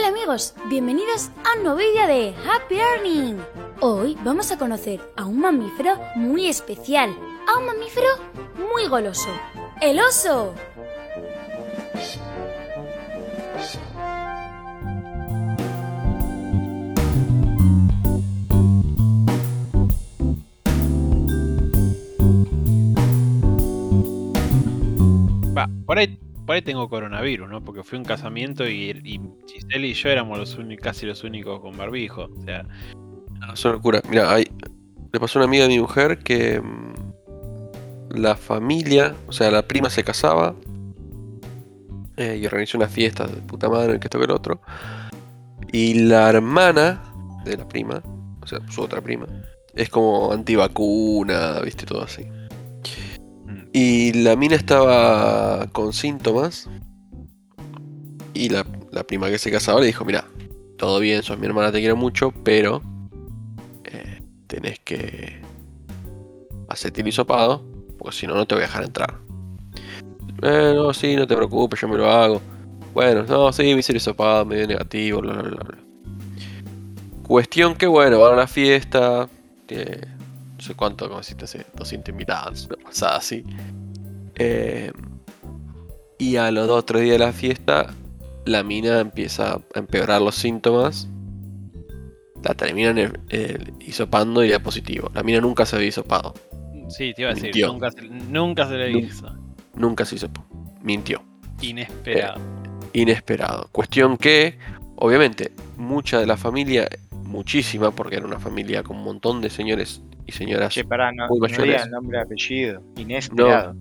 amigos, bienvenidos a un nuevo vídeo de Happy Earning. Hoy vamos a conocer a un mamífero muy especial, a un mamífero muy goloso, el oso. Por ahí tengo coronavirus, ¿no? Porque fui a un casamiento y Giselle y yo éramos casi los únicos con barbijo. O sea, Es una locura. Mira, le pasó a una amiga de mi mujer que la familia, o sea, la prima se casaba y organizó una fiesta de puta madre, que esto que el otro. Y la hermana de la prima, o sea, su otra prima, es como antivacuna, viste, todo así. Y la mina estaba con síntomas. Y la prima que se casaba le dijo: mira, todo bien, sos mi hermana, te quiero mucho, pero tenés que hacerte el hisopado, porque si no, no te voy a dejar entrar. No, sí, no te preocupes, yo me lo hago. Bueno, no, sí, me hice el hisopado, medio negativo, bla, bla, bla, bla. Cuestión que, bueno, van a la fiesta, no sé cuánto, como si te hace 200 invitados, una pasada así. Y a los 2 o 3 días de la fiesta, la mina empieza a empeorar los síntomas. La terminan hisopando y da positivo. La mina nunca se había hisopado. sí, te iba a decir, Mintió. nunca se le hizo. Nunca se hisopó. Mintió. Inesperado. Inesperado. Cuestión que, obviamente, mucha de la familia, muchísima, porque era una familia con un montón de señores y señoras Che, pará, no muy diga mayores. el nombre y apellido. Inesperado.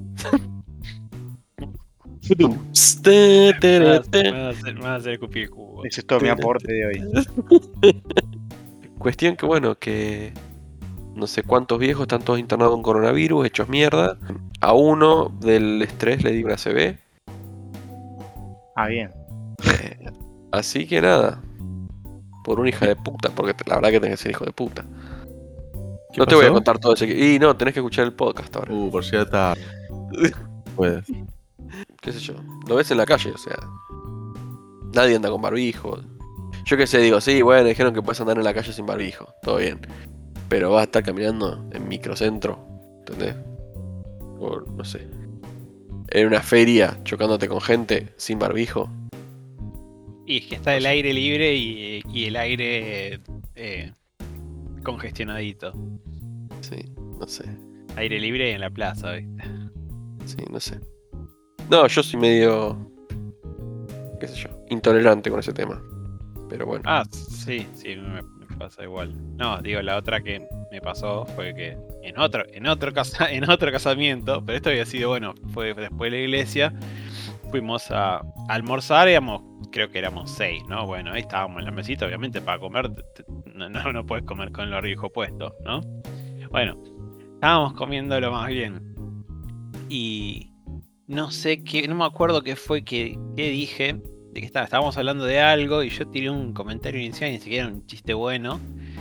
Me va a hacer escupir el cubo. Ese es todo mi aporte de hoy. Cuestión que, bueno, que no sé cuántos viejos están todos internados con coronavirus, hechos mierda. A uno del estrés le dio una CB. Ah, bien. Así que nada. Por una hija de puta, porque la verdad que tenés que ser hijo de puta. No te voy a contar todo ese. Y no, tenés que escuchar el podcast ahora. Por si ya está. Puedes. Qué sé yo. Lo ves en la calle, o sea. Nadie anda con barbijo. Yo qué sé, digo, sí, bueno, dijeron que puedes andar en la calle sin barbijo. Todo bien. Pero vas a estar caminando en microcentro, ¿entendés? O no sé. En una feria, chocándote con gente sin barbijo. Y es que está el aire libre y el aire congestionadito. Sí, no sé. Aire libre en la plaza, ¿viste? Sí, no sé. No, yo soy medio, qué sé yo, intolerante con ese tema. Pero bueno. Ah, sí, me pasa igual. No, digo, la otra que me pasó fue que en otro casamiento, pero esto había sido, bueno, fue después de la iglesia, fuimos a almorzar, creo que éramos 6, ¿no? Bueno, ahí estábamos en la mesita, obviamente para comer, no puedes comer con el barbijo puesto, ¿no? Bueno, estábamos comiéndolo más bien. Y no sé qué, no me acuerdo qué fue que dije, de que estábamos hablando de algo y yo tiré un comentario inicial, ni siquiera era un chiste bueno.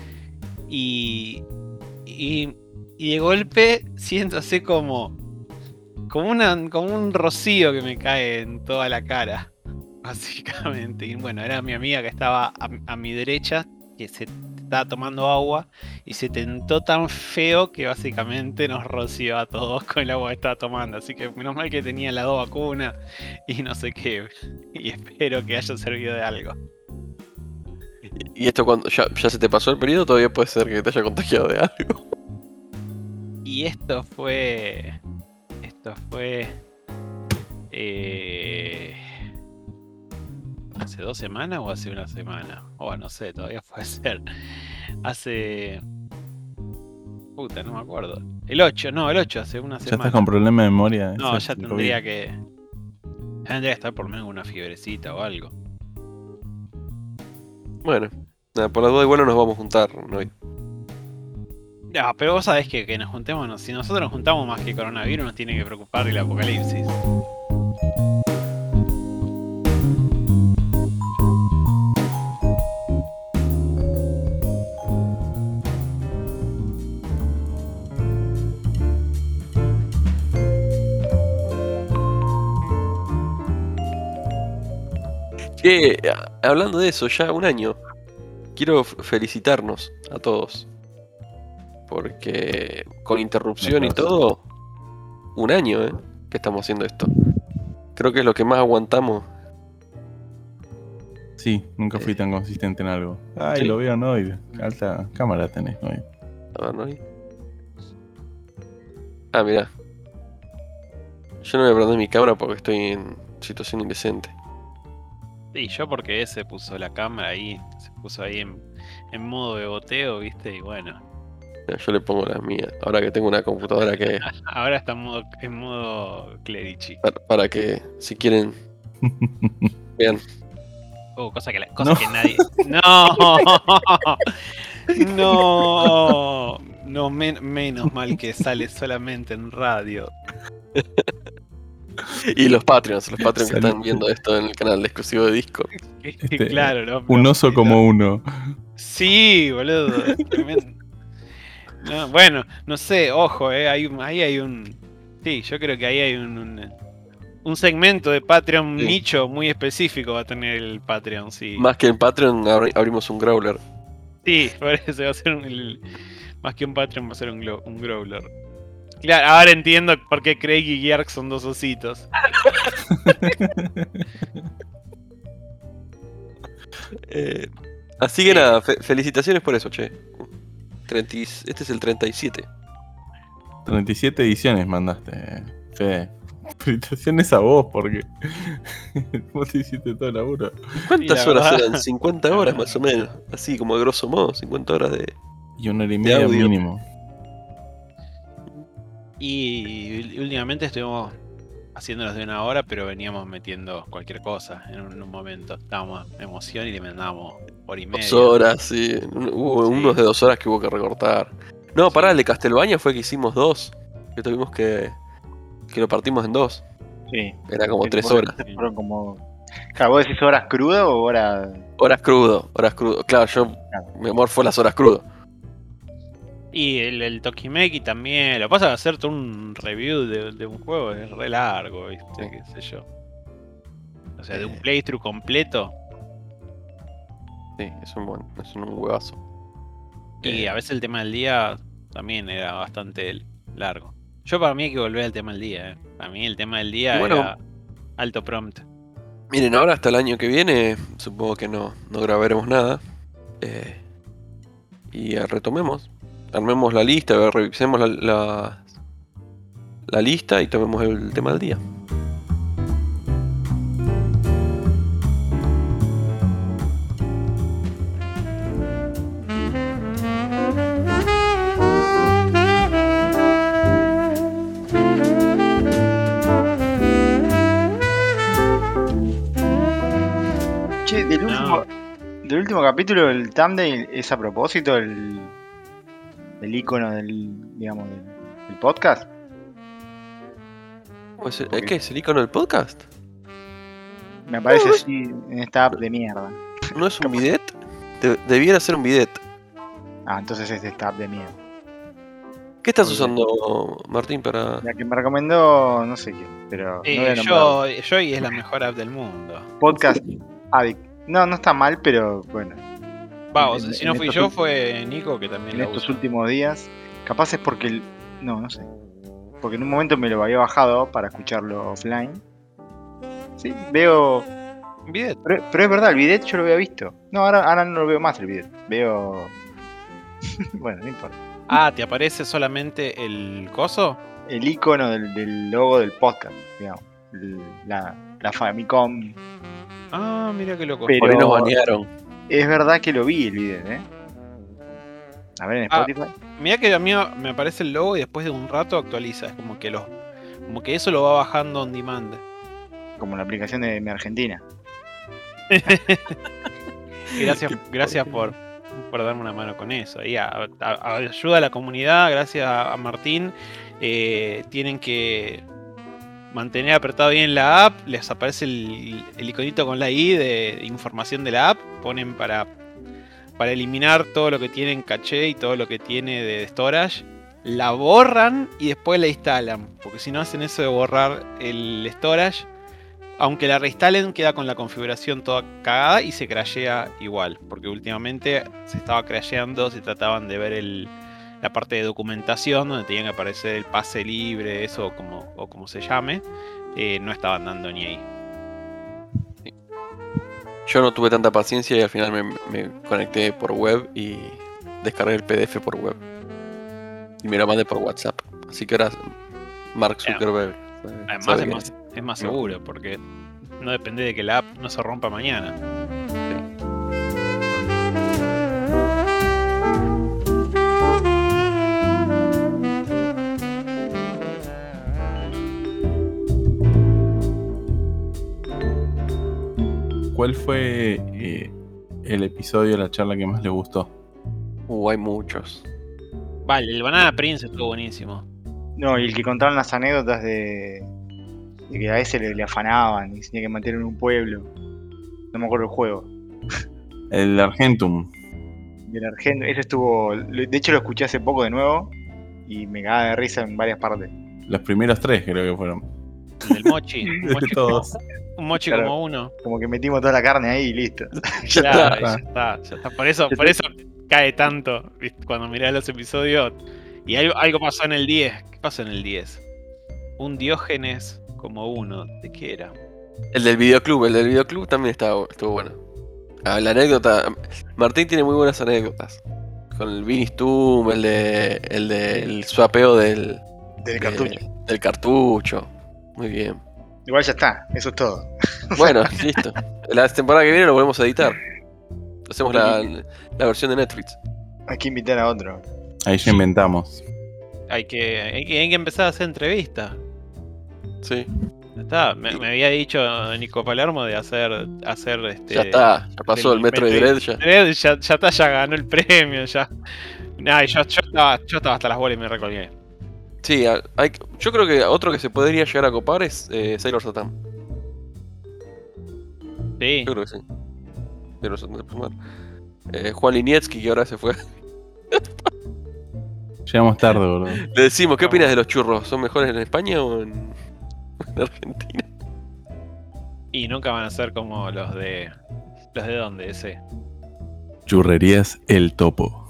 Y de golpe siento así como un rocío que me cae en toda la cara, básicamente. Y bueno, era mi amiga que estaba a mi derecha, que se estaba tomando agua y se tentó tan feo que básicamente nos roció a todos con el agua que estaba tomando. Así que menos mal que tenía las 2 vacunas y no sé qué. Y espero que haya servido de algo. ¿Y esto cuando ya se te pasó el periodo? Todavía puede ser que te haya contagiado de algo. Y esto fue ¿hace 2 semanas o hace una semana? O no sé, todavía puede ser. Hace... Puta, no me acuerdo. El 8, hace una semana. ¿Ya estás con problema de memoria? No, Ese ya es el tendría COVID. que... Ya tendría que estar por lo menos una fiebrecita o algo. Bueno, nada, por la duda igual no nos vamos a juntar, ¿no? Ya, pero vos sabés que nos juntemos, si nosotros nos juntamos más que coronavirus, nos tiene que preocupar el apocalipsis. Que, hablando de eso, ya un año. Quiero felicitarnos a todos. Porque con interrupción y todo, un año, que estamos haciendo esto. Creo que es lo que más aguantamos. Sí, nunca fui tan consistente en algo. Ay, ¿Sí? lo veo, ¿no? Y alta cámara tenés, ¿no? A ver, ¿no hay? Ah, mirá. Yo no voy a prender mi cámara porque estoy en situación indecente. Sí, yo porque ese puso la cámara ahí, se puso ahí en modo de boteo, ¿viste? Y bueno, Mira, yo le pongo la mía. Ahora que tengo una computadora que ahora está en modo Clerici. para que si quieren vean. Cosa que No. que nadie. ¡No! ¡No! No, menos mal que sale solamente en radio. Y los Patreons que Saliste. están viendo esto en el canal exclusivo de Discord. Claro, ¿no? Un oso como uno. Sí, boludo. Es tremendo. No, bueno, no sé, ojo, ahí hay un. Sí, yo creo que ahí hay un segmento de Patreon, un Sí. nicho muy específico va a tener el Patreon, sí. Más que en Patreon abrimos un Growler. Sí, por eso va a ser más que un Patreon, va a ser un Growler. Claro, ahora entiendo por qué Craig y Geark son dos ositos. Así que nada, felicitaciones por eso, che. Este es el 37. 37 ediciones mandaste, Fede. Felicitaciones a vos, porque vos te hiciste todo el laburo. ¿Cuántas Sí, la horas verdad. eran? 50 horas más o menos. Así como a grosso modo, 50 horas de... Y 1 hora y media audio. mínimo. Y últimamente estuvimos haciéndolos de 1 hora, pero veníamos metiendo cualquier cosa en un momento. Estábamos en emoción y le mandábamos 1 hora y media. 2 horas, sí. Hubo Sí. unos de 2 horas que hubo que recortar. No, Sí. pará, el de Castlevania fue que hicimos 2. Que tuvimos que lo partimos en 2. Sí. Era como Sí, 3 fueron- horas. Fueron como. Claro, ¿vos decís horas crudo o horas.? Horas crudo. Claro, mi amor fue las horas crudo. Y el Tokimeki también. Lo que pasa es que hacer todo un review de un juego es re largo, ¿viste? Sí. Qué sé yo. O sea, de un playthrough completo. Sí, es un huevazo. Y a veces el tema del día también era bastante largo. Yo para mí hay que volver al tema del día, Para mí el tema del día Y bueno, era alto prompt. Miren, ahora hasta el año que viene, supongo que no grabaremos nada. Y retomemos. Armemos la lista, revisemos la lista y tomemos el tema del día. Che, No. del último capítulo, el thumbnail es a propósito el icono digamos, del podcast. Pues, ¿qué es el icono del podcast? Me aparece No, así en esta app de mierda. ¿No es un bidet? Debiera ser un bidet. Ah, entonces es esta app de mierda. ¿Qué estás Muy usando, Martín, para...? La que me recomendó, no sé quién, pero no voy a nombrar. yo y es la mejor app del mundo. Podcast Addict. No está mal, pero bueno. Vamos, En- si no en fui estos yo, ul- fue Nico que también En la estos usa. últimos días, capaz es porque no sé. Porque en un momento me lo había bajado para escucharlo offline. Sí, veo. Bidet. Pero es verdad, el bidet yo lo había visto. No, ahora no lo veo más el bidet. Veo. Bueno, no importa. Ah, ¿te aparece solamente el coso? El icono del logo del podcast, digamos. La Famicom. Ah, mira qué loco. Pero- Por ahí nos banearon. Es verdad que lo vi el bidet, A ver en Ah. Spotify. Mira que a mí me aparece el logo y después de un rato actualiza. Es como que eso lo va bajando on demand. Como la aplicación de Mi Argentina. Gracias por darme una mano con eso. Ahí ayuda a la comunidad, gracias a Martín. Tienen que mantener apretado bien la app. Les aparece el iconito con la I de información de la app. Ponen para eliminar todo lo que tiene en caché y todo lo que tiene de storage. La borran y después la instalan. Porque si no hacen eso de borrar el storage, aunque la reinstalen, queda con la configuración toda cagada y se crashea igual. Porque últimamente se estaba crasheando, se trataban de ver la parte de documentación donde tenían que aparecer el pase libre, eso o como se llame. No estaban dando ni ahí. Yo no tuve tanta paciencia y al final me conecté por web y descargué el PDF por web. Y me lo mandé por WhatsApp. Así que ahora Mark Zuckerberg. Además es más seguro porque no depende de que la app no se rompa mañana. ¿Cuál fue el episodio, la charla que más les gustó? Hay muchos. Vale, el Banana Prince estuvo buenísimo. No, y el que contaban las anécdotas de que a ese le afanaban y se tenía que mantener en un pueblo. No me acuerdo el juego. El Argentum. Del Argento. Ese estuvo. De hecho, lo escuché hace poco de nuevo y me cagaba de risa en varias partes. Los primeros 3 creo que fueron. El del Mochi. De todos. Un Mochi Claro. como uno. Como que metimos toda la carne ahí y listo. Claro, está. ya está. Por eso cae tanto, ¿viste? Cuando mirás los episodios. Y algo pasó en el 10. ¿Qué pasó en el 10? Un Diógenes como uno. ¿De qué era? El del videoclub también estuvo bueno. La anécdota. Martín tiene muy buenas anécdotas. Con el Vinny Stum, el swapeo del Cartucho. del cartucho. Muy bien. Igual ya está, eso es todo. Bueno, listo. La temporada que viene lo volvemos a editar. Hacemos la versión de Netflix. Hay que invitar a otro. Ahí ya inventamos. Hay que empezar a hacer entrevistas. Sí. Ya está. Me había dicho Nico Palermo de hacer Ya está. Ya pasó el Metro de Dread ya. Ya está, ya ganó el premio, ya. Nah, yo estaba hasta las bolas y me recolgué. Sí, yo creo que otro que se podría llegar a copar es Sailor Satan. Sí. Yo creo que sí. Sailor Satan se puede sumar. Juan Linietsky, que ahora se fue. Llegamos tarde, boludo. Le decimos, ¿qué opinas de los churros? ¿Son mejores en España o en Argentina? Y nunca van a ser como los de. ¿Los de dónde? Ese. Churrerías El Topo.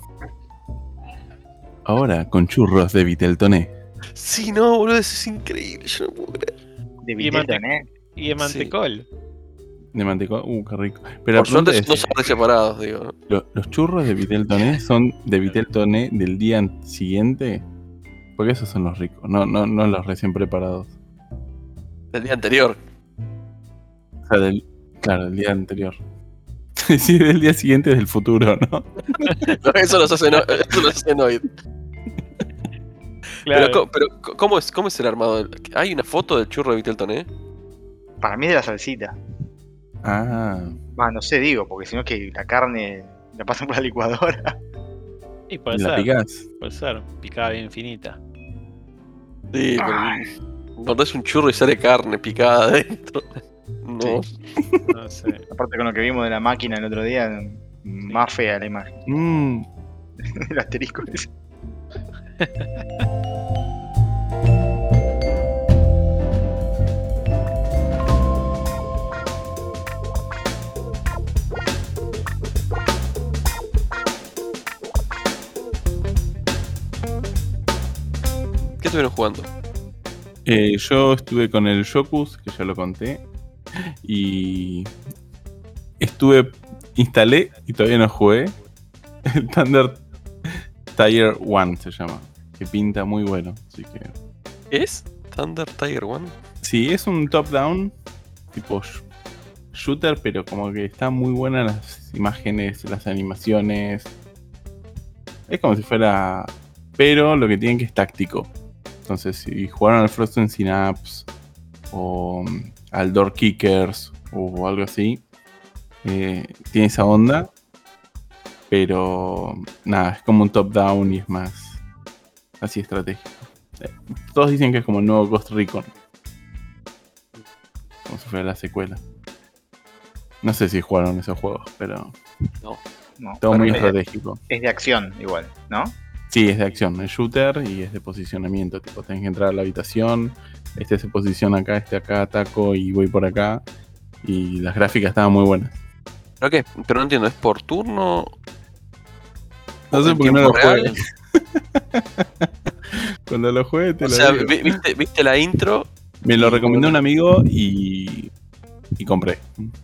Ahora con churros de Viteltoné. Sí, no, boludo, eso es increíble, yo no puedo creer. De Y Vitelton, ¿eh? Y de mantecol. De mantecol. Qué rico. Pero Por la pregunta suerte es, no son separados, digo. ¿los churros de Viteltoné son de Viteltoné del día siguiente? Porque esos son los ricos, no los recién preparados. Del día anterior. O sea, claro, del día anterior. Sí, del día siguiente del futuro, ¿no? No, eso los hacen hoy. Claro. Pero ¿cómo es el armado? ¿Hay una foto del churro de Viteltoné? Para mí es de la salsita. Ah, No sé, digo, porque si no es que la carne la pasan por la licuadora. Y puede ¿la ser. picás? Puede ser. Picada bien finita. Sí, Ay. pero cuando es un churro y sale carne picada adentro. No. No sé. Aparte con lo que vimos de la máquina el otro día, más fea la imagen. El asterisco ese. ¿Qué estuvieron jugando? Yo estuve con el Shokus, que ya lo conté. Y instalé y todavía no jugué. El Thunder Tier 1 se llama. Que pinta muy bueno. Así que. ¿Es Thunder Tiger 1? Sí, es un top-down. Tipo shooter, pero como que está muy buena las imágenes, las animaciones. Es como si fuera. Pero lo que tienen que es táctico. Entonces, si jugaron al Frozen Synapse o al Door Kickers o algo así, tiene esa onda. Pero nada, es como un top-down y es más así estratégico. Todos dicen que es como el nuevo Ghost Recon. Como si fuera la secuela. No sé si jugaron esos juegos, pero No, todo muy pero estratégico. es de acción igual, ¿no? Sí, es de acción, es shooter y es de posicionamiento. Tipo, tenés que entrar a la habitación, este se posiciona acá, este acá, ataco y voy por acá. Y las gráficas estaban muy buenas. ¿Pero qué? Pero no entiendo, ¿es por turno? No ¿O sé en por qué no tiempo lo real? juegue. Cuando lo juegue te O lo sea, digo. ¿viste la intro? Me lo y recomendó un bueno, amigo y compré.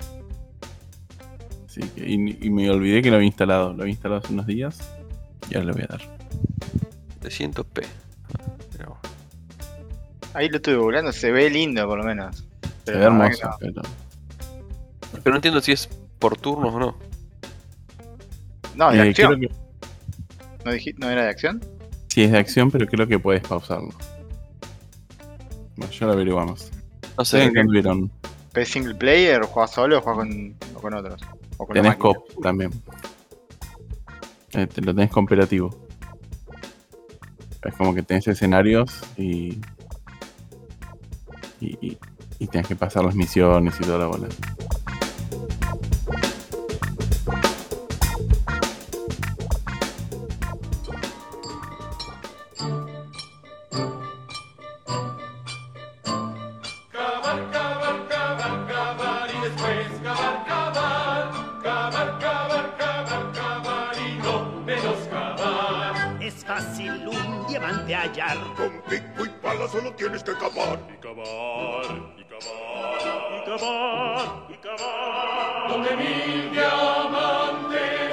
Así que, y me olvidé que lo había instalado. Lo había instalado hace unos días y ahora le voy a dar. 300p. Pero, Ahí lo estuve googleando, se ve lindo por lo menos. Se Pero ve la verdad hermoso, que pero no entiendo si es por turnos o no. no. No, de creo acción. que ¿No era de acción? sí es de acción, pero creo que puedes pausarlo. Bueno, ya lo averiguamos. No sé. ¿Ustedes qué anduvieron? ¿Es single player? ¿O juegas solo o juegas con otros? ¿O con la Tenés máquina? cop también. Lo tenés cooperativo. Es como que tenés escenarios y tenés que pasar las misiones y toda la bola. Es fácil un diamante hallar. Con pico y pala solo tienes que cavar. Y cavar, y cavar, y cavar, y cavar. Donde 1000 diamantes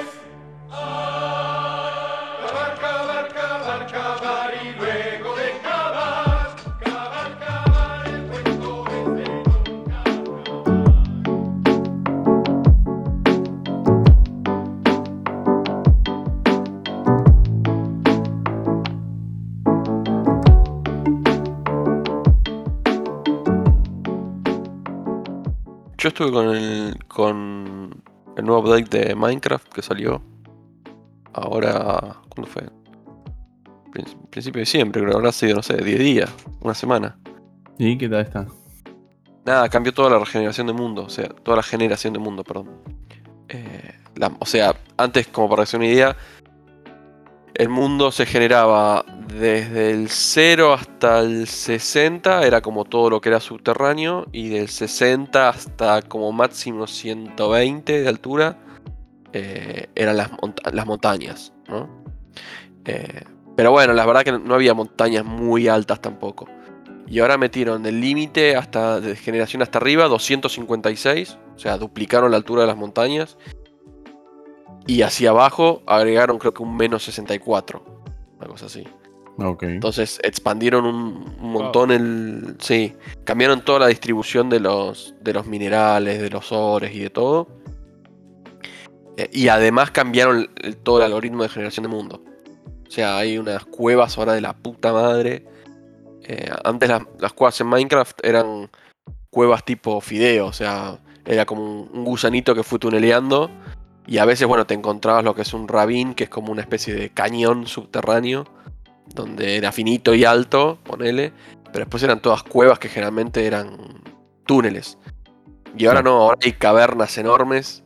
hay. Cavar, cavar, cavar, cavar. Y luego de cavar, cavar, cavar. El cuento es de Yo estuve con el nuevo update de Minecraft que salió ahora, ¿cuándo fue? Principio de diciembre, creo que habrá sido, no sé, 10 días, una semana. ¿Y qué tal está? Nada, cambió toda la regeneración de mundo, o sea, toda la generación de mundo, perdón. O sea, antes, como para hacer una idea, el mundo se generaba desde el 0 hasta el 60, era como todo lo que era subterráneo, y del 60 hasta como máximo 120 de altura eran las montañas, ¿no? Pero bueno, la verdad que no había montañas muy altas tampoco. Y ahora metieron el límite hasta de generación hasta arriba, 256, o sea, duplicaron la altura de las montañas. Y hacia abajo agregaron creo que un menos 64, una cosa así. Ok. Entonces expandieron un montón sí, cambiaron toda la distribución de los minerales, de los ores y de todo. Y además cambiaron todo el algoritmo de generación de mundo. O sea, hay unas cuevas ahora de la puta madre. Antes las cuevas en Minecraft eran cuevas tipo fideo, o sea, era como un gusanito que fue tuneleando. Y a veces, bueno, te encontrabas lo que es un ravine, que es como una especie de cañón subterráneo, donde era finito y alto, ponele, pero después eran todas cuevas que generalmente eran túneles. Y ahora Sí. no, ahora hay cavernas enormes,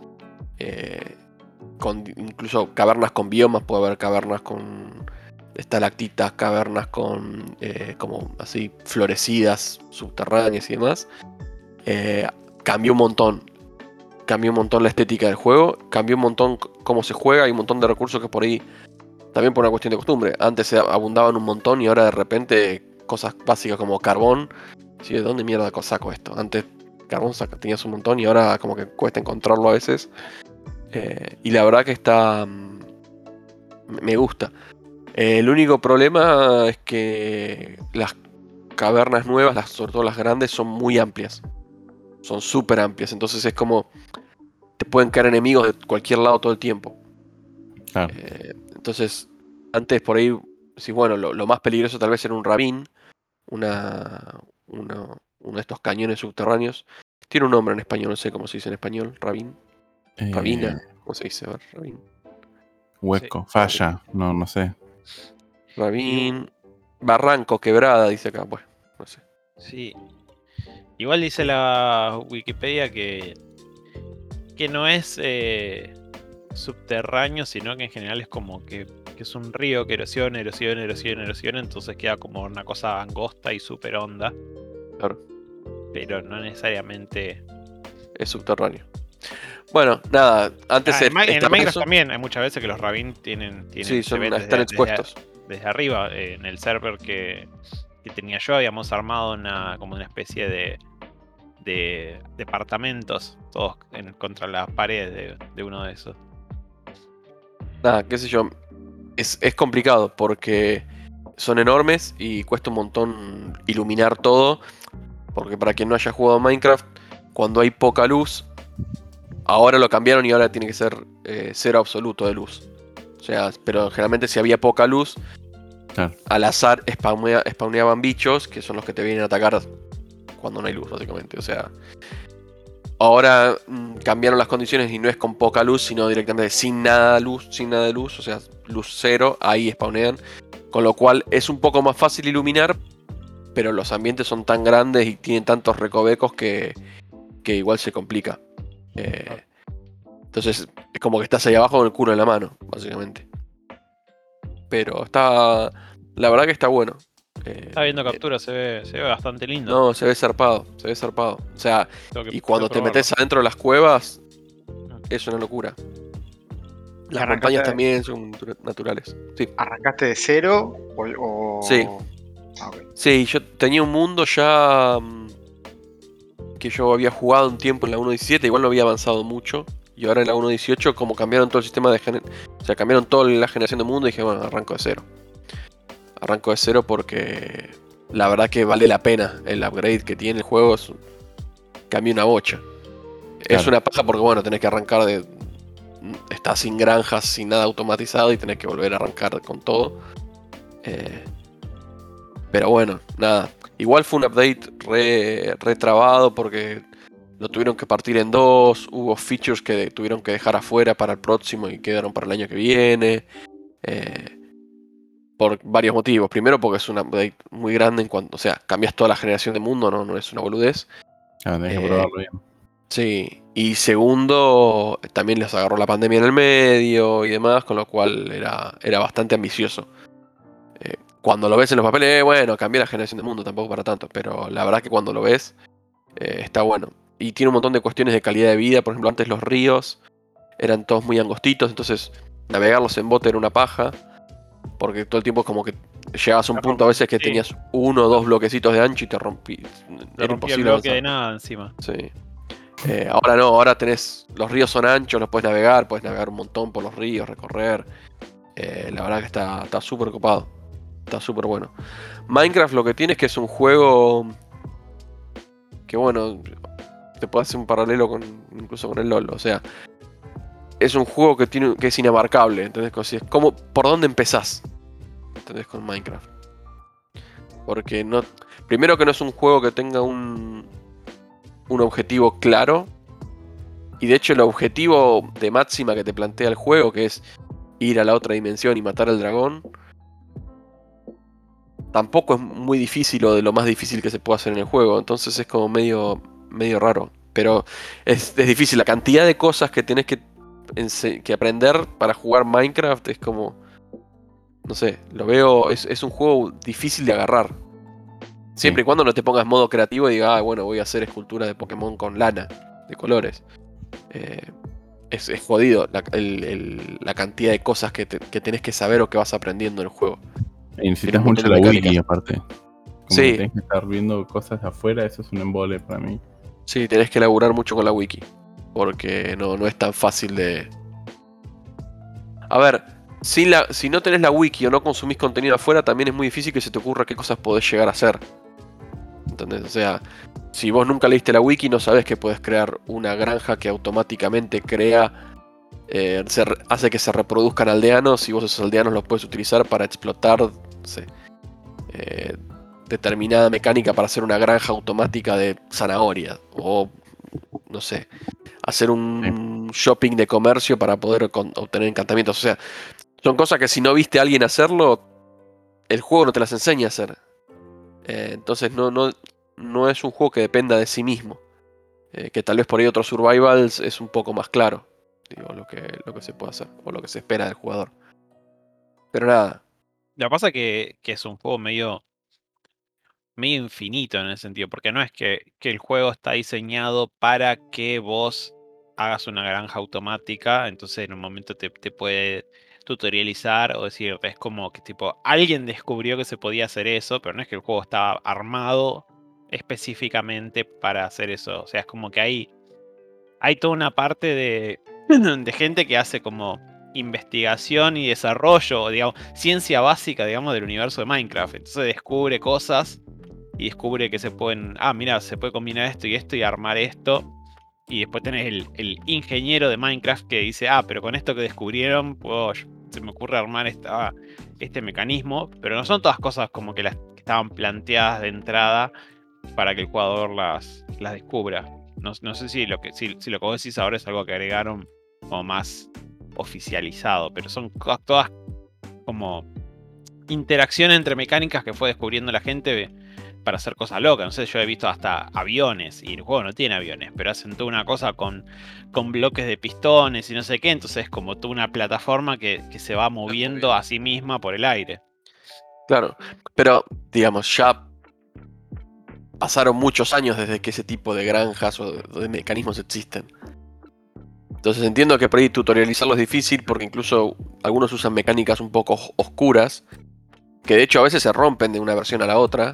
incluso cavernas con biomas, puede haber cavernas con estalactitas, cavernas con como así florecidas, subterráneas y demás. Cambió un montón. Cambió un montón la estética del juego, cambió un montón cómo se juega, hay un montón de recursos que por ahí, también por una cuestión de costumbre, antes se abundaban un montón y ahora de repente cosas básicas como carbón, ¿sí? ¿De dónde mierda saco esto? Antes carbón tenías un montón y ahora como que cuesta encontrarlo a veces. Y la verdad que está... me gusta. El único problema es que las cavernas nuevas, sobre todo las grandes, son muy amplias. Son súper amplias, entonces es como... te pueden caer enemigos de cualquier lado todo el tiempo. Claro. Entonces, antes por ahí, sí, bueno, lo más peligroso tal vez era un ravine, uno de estos cañones subterráneos. Tiene un nombre en español, no sé cómo se dice en español, ravine, ravina, ¿cómo se dice? A ver, ravine. Hueco, falla, no sé. Ravine, barranco, quebrada, dice acá, pues, no sé. Sí. Igual dice la Wikipedia que no es subterráneo, sino que en general es como que es un río que erosiona, entonces queda como una cosa angosta y súper honda. Claro, pero no necesariamente. es subterráneo. Bueno, nada, antes En estaba Minecraft eso. también hay muchas veces que los Ravine Sí, se ven están expuestos. desde arriba. En el server que tenía yo habíamos armado como una especie de departamentos, todos contra las paredes de uno de esos. Nada, qué sé yo. Es complicado porque son enormes y cuesta un montón iluminar todo. Porque para quien no haya jugado Minecraft, cuando hay poca luz, ahora lo cambiaron y ahora tiene que ser cero absoluto de luz. O sea, pero generalmente si había poca luz, Claro. al azar spawneaban bichos que son los que te vienen a atacar cuando no hay luz, básicamente. O sea, ahora cambiaron las condiciones y no es con poca luz, sino directamente sin nada de luz, o sea, luz cero, ahí spawnean. Con lo cual es un poco más fácil iluminar, pero los ambientes son tan grandes y tienen tantos recovecos que igual se complica. Entonces es como que estás ahí abajo con el culo en la mano, básicamente. Pero la verdad que está bueno. Estaba viendo capturas, se ve bastante lindo. No, se ve zarpado, se ve zarpado. O sea, y cuando te probarlo. metes adentro de las cuevas, es una locura. Las arrancaste- montañas también son naturales. Sí. ¿Arrancaste de cero o...? Sí. Ah, ok. Sí, yo tenía un mundo ya que yo había jugado un tiempo en la 1.17, igual no había avanzado mucho. Y ahora en la 1.18, como cambiaron todo el sistema o sea, cambiaron toda la generación de mundo, dije, bueno, arranco de cero. Arranco de cero porque la verdad que vale la pena el upgrade que tiene el juego. Cambia una bocha. Es Claro. una paja porque, bueno, tenés que arrancar de... Estás sin granjas, sin nada automatizado y tenés que volver a arrancar con todo. Pero bueno, nada. Igual fue un update re trabado porque lo tuvieron que partir en dos. Hubo features que tuvieron que dejar afuera para el próximo y quedaron para el año que viene. Por varios motivos. Primero porque es un update muy grande en cuanto... O sea, cambias toda la generación de mundo, no es una boludez. Claro, tenés que probarlo bien. Sí, y segundo, también les agarró la pandemia en el medio y demás, con lo cual era bastante ambicioso. Cuando lo ves en los papeles, bueno, cambió la generación del mundo, tampoco para tanto, pero la verdad que cuando lo ves, está bueno. Y tiene un montón de cuestiones de calidad de vida, por ejemplo, antes los ríos eran todos muy angostitos, entonces navegarlos en bote era una paja, porque todo el tiempo como que llegabas a un punto a veces que Sí. tenías uno o dos bloquecitos de ancho y te rompí. Te Era rompía el imposible bloque avanzar. de nada encima. Sí. Ahora no, ahora tenés. Los ríos son anchos, los puedes navegar un montón por los ríos, recorrer. La verdad que está súper copado. Está súper bueno. Minecraft lo que tiene es que es un juego que, bueno, te puede hacer un paralelo incluso con el LoL. O sea, es un juego que es inabarcable. ¿Entendés? ¿Por dónde empezás? ¿Entendés? Con Minecraft. Porque no. Primero que no es un juego que tenga un objetivo claro. Y de hecho el objetivo de máxima que te plantea el juego, que es ir a la otra dimensión y matar al dragón, tampoco es muy difícil o de lo más difícil que se puede hacer en el juego. Entonces es como medio raro. Pero es difícil. La cantidad de cosas que tenés que aprender para jugar Minecraft es como... No sé, lo veo... Es un juego difícil de agarrar. Siempre y cuando no te pongas modo creativo y digas, bueno, voy a hacer esculturas de Pokémon con lana, de colores. Es jodido la cantidad de cosas que tenés que saber o que vas aprendiendo en el juego. Y necesitas Tiene un mucho montón la de wiki mecánicas. aparte. Como Sí. que tenés que estar viendo cosas de afuera, eso es un embole para mí. Sí, tenés que elaborar mucho con la wiki. Porque no es tan fácil de... A ver, si no tenés la wiki o no consumís contenido afuera, también es muy difícil que se te ocurra qué cosas podés llegar a hacer. ¿Entendés? O sea, si vos nunca leíste la wiki, no sabés que podés crear una granja que automáticamente hace que se reproduzcan aldeanos y vos esos aldeanos los puedes utilizar para explotar, no sé, determinada mecánica para hacer una granja automática de zanahoria o no sé, hacer un shopping de comercio para poder obtener encantamientos. O sea, son cosas que si no viste a alguien hacerlo, el juego no te las enseña a hacer. Entonces no es un juego que dependa de sí mismo. Que tal vez por ahí otros survivals es un poco más claro. Digo, lo que se puede hacer o lo que se espera del jugador. Pero nada. Lo que pasa que es un juego medio medio infinito en ese sentido, porque no es que el juego está diseñado para que vos hagas una granja automática, entonces en un momento te puede tutorializar o decir, es como que tipo, alguien descubrió que se podía hacer eso, pero no es que el juego estaba armado específicamente para hacer eso, o sea, es como que hay toda una parte de gente que hace como investigación y desarrollo, digamos, ciencia básica, digamos, del universo de Minecraft. Entonces descubre cosas y descubre que se pueden, mira, se puede combinar esto y armar esto. Y después tenés el ingeniero de Minecraft que dice, pero con esto que descubrieron, se me ocurre armar este mecanismo. Pero no son todas cosas como que las que estaban planteadas de entrada para que el jugador las descubra. No sé si lo que vos decís ahora es algo que agregaron como más oficializado, pero son todas como interacción entre mecánicas que fue descubriendo la gente para hacer cosas locas. No sé, yo he visto hasta aviones, y el juego no tiene aviones, pero hacen toda una cosa con bloques de pistones y no sé qué, entonces es como toda una plataforma que se va moviendo a sí misma por el aire. Claro, pero digamos, ya pasaron muchos años desde que ese tipo de granjas o de mecanismos existen. Entonces entiendo que por ahí tutorializarlo es difícil porque incluso algunos usan mecánicas un poco oscuras, que de hecho a veces se rompen de una versión a la otra.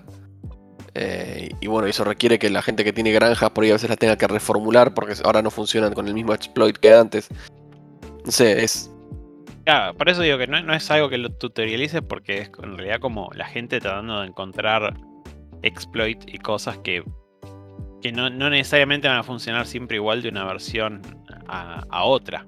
Y bueno, eso requiere que la gente que tiene granjas por ahí a veces las tenga que reformular porque ahora no funcionan con el mismo exploit que antes. No sé, es... Claro, por eso digo que no es algo que lo tutorialices, porque es en realidad como la gente tratando de encontrar exploit y cosas que no necesariamente van a funcionar siempre igual de una versión a otra.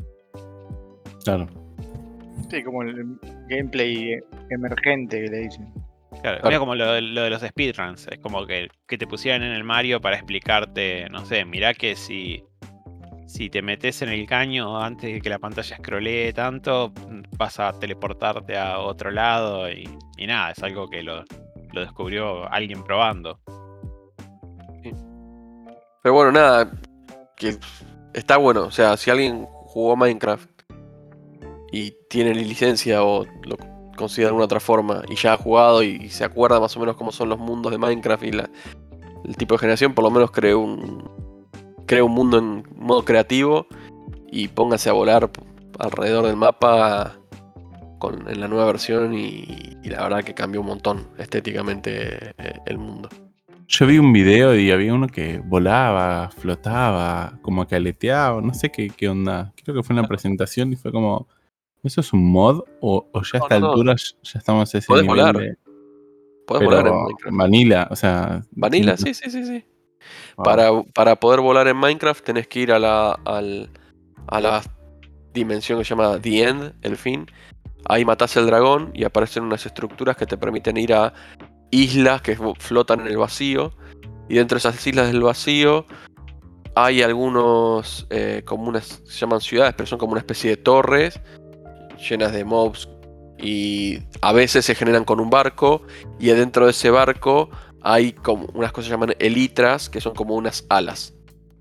Claro. Sí, como el gameplay emergente que le dicen. Claro, mira como lo de los speedruns. Es como que te pusieran en el Mario para explicarte, no sé, mirá que si te metes en el caño antes de que la pantalla scrollee tanto, vas a teleportarte a otro lado y nada, es algo que lo descubrió alguien probando. Pero bueno, nada, que está bueno. O sea, si alguien jugó Minecraft y tiene licencia o lo considera de alguna otra forma y ya ha jugado y se acuerda más o menos cómo son los mundos de Minecraft y el tipo de generación, por lo menos cree un mundo en modo creativo y póngase a volar alrededor del mapa en la nueva versión y la verdad que cambió un montón estéticamente el mundo. Yo vi un video y había uno que volaba, flotaba, como que aleteaba, no sé qué onda. Creo que fue una presentación y fue como, ¿eso es un mod? ¿O ya a esta altura ya estamos a ese Podés nivel volar. de... Podés volar en Pero Minecraft. vanilla, o sea... Vanilla, sin- sí. Wow. Para poder volar en Minecraft tenés que ir a la dimensión que se llama The End, el fin. Ahí matás el dragón y aparecen unas estructuras que te permiten ir a islas que flotan en el vacío. Y dentro de esas islas del vacío hay algunos, se llaman ciudades, pero son como una especie de torres llenas de mobs. Y a veces se generan con un barco. Y adentro de ese barco hay como unas cosas que se llaman elitras, que son como unas alas.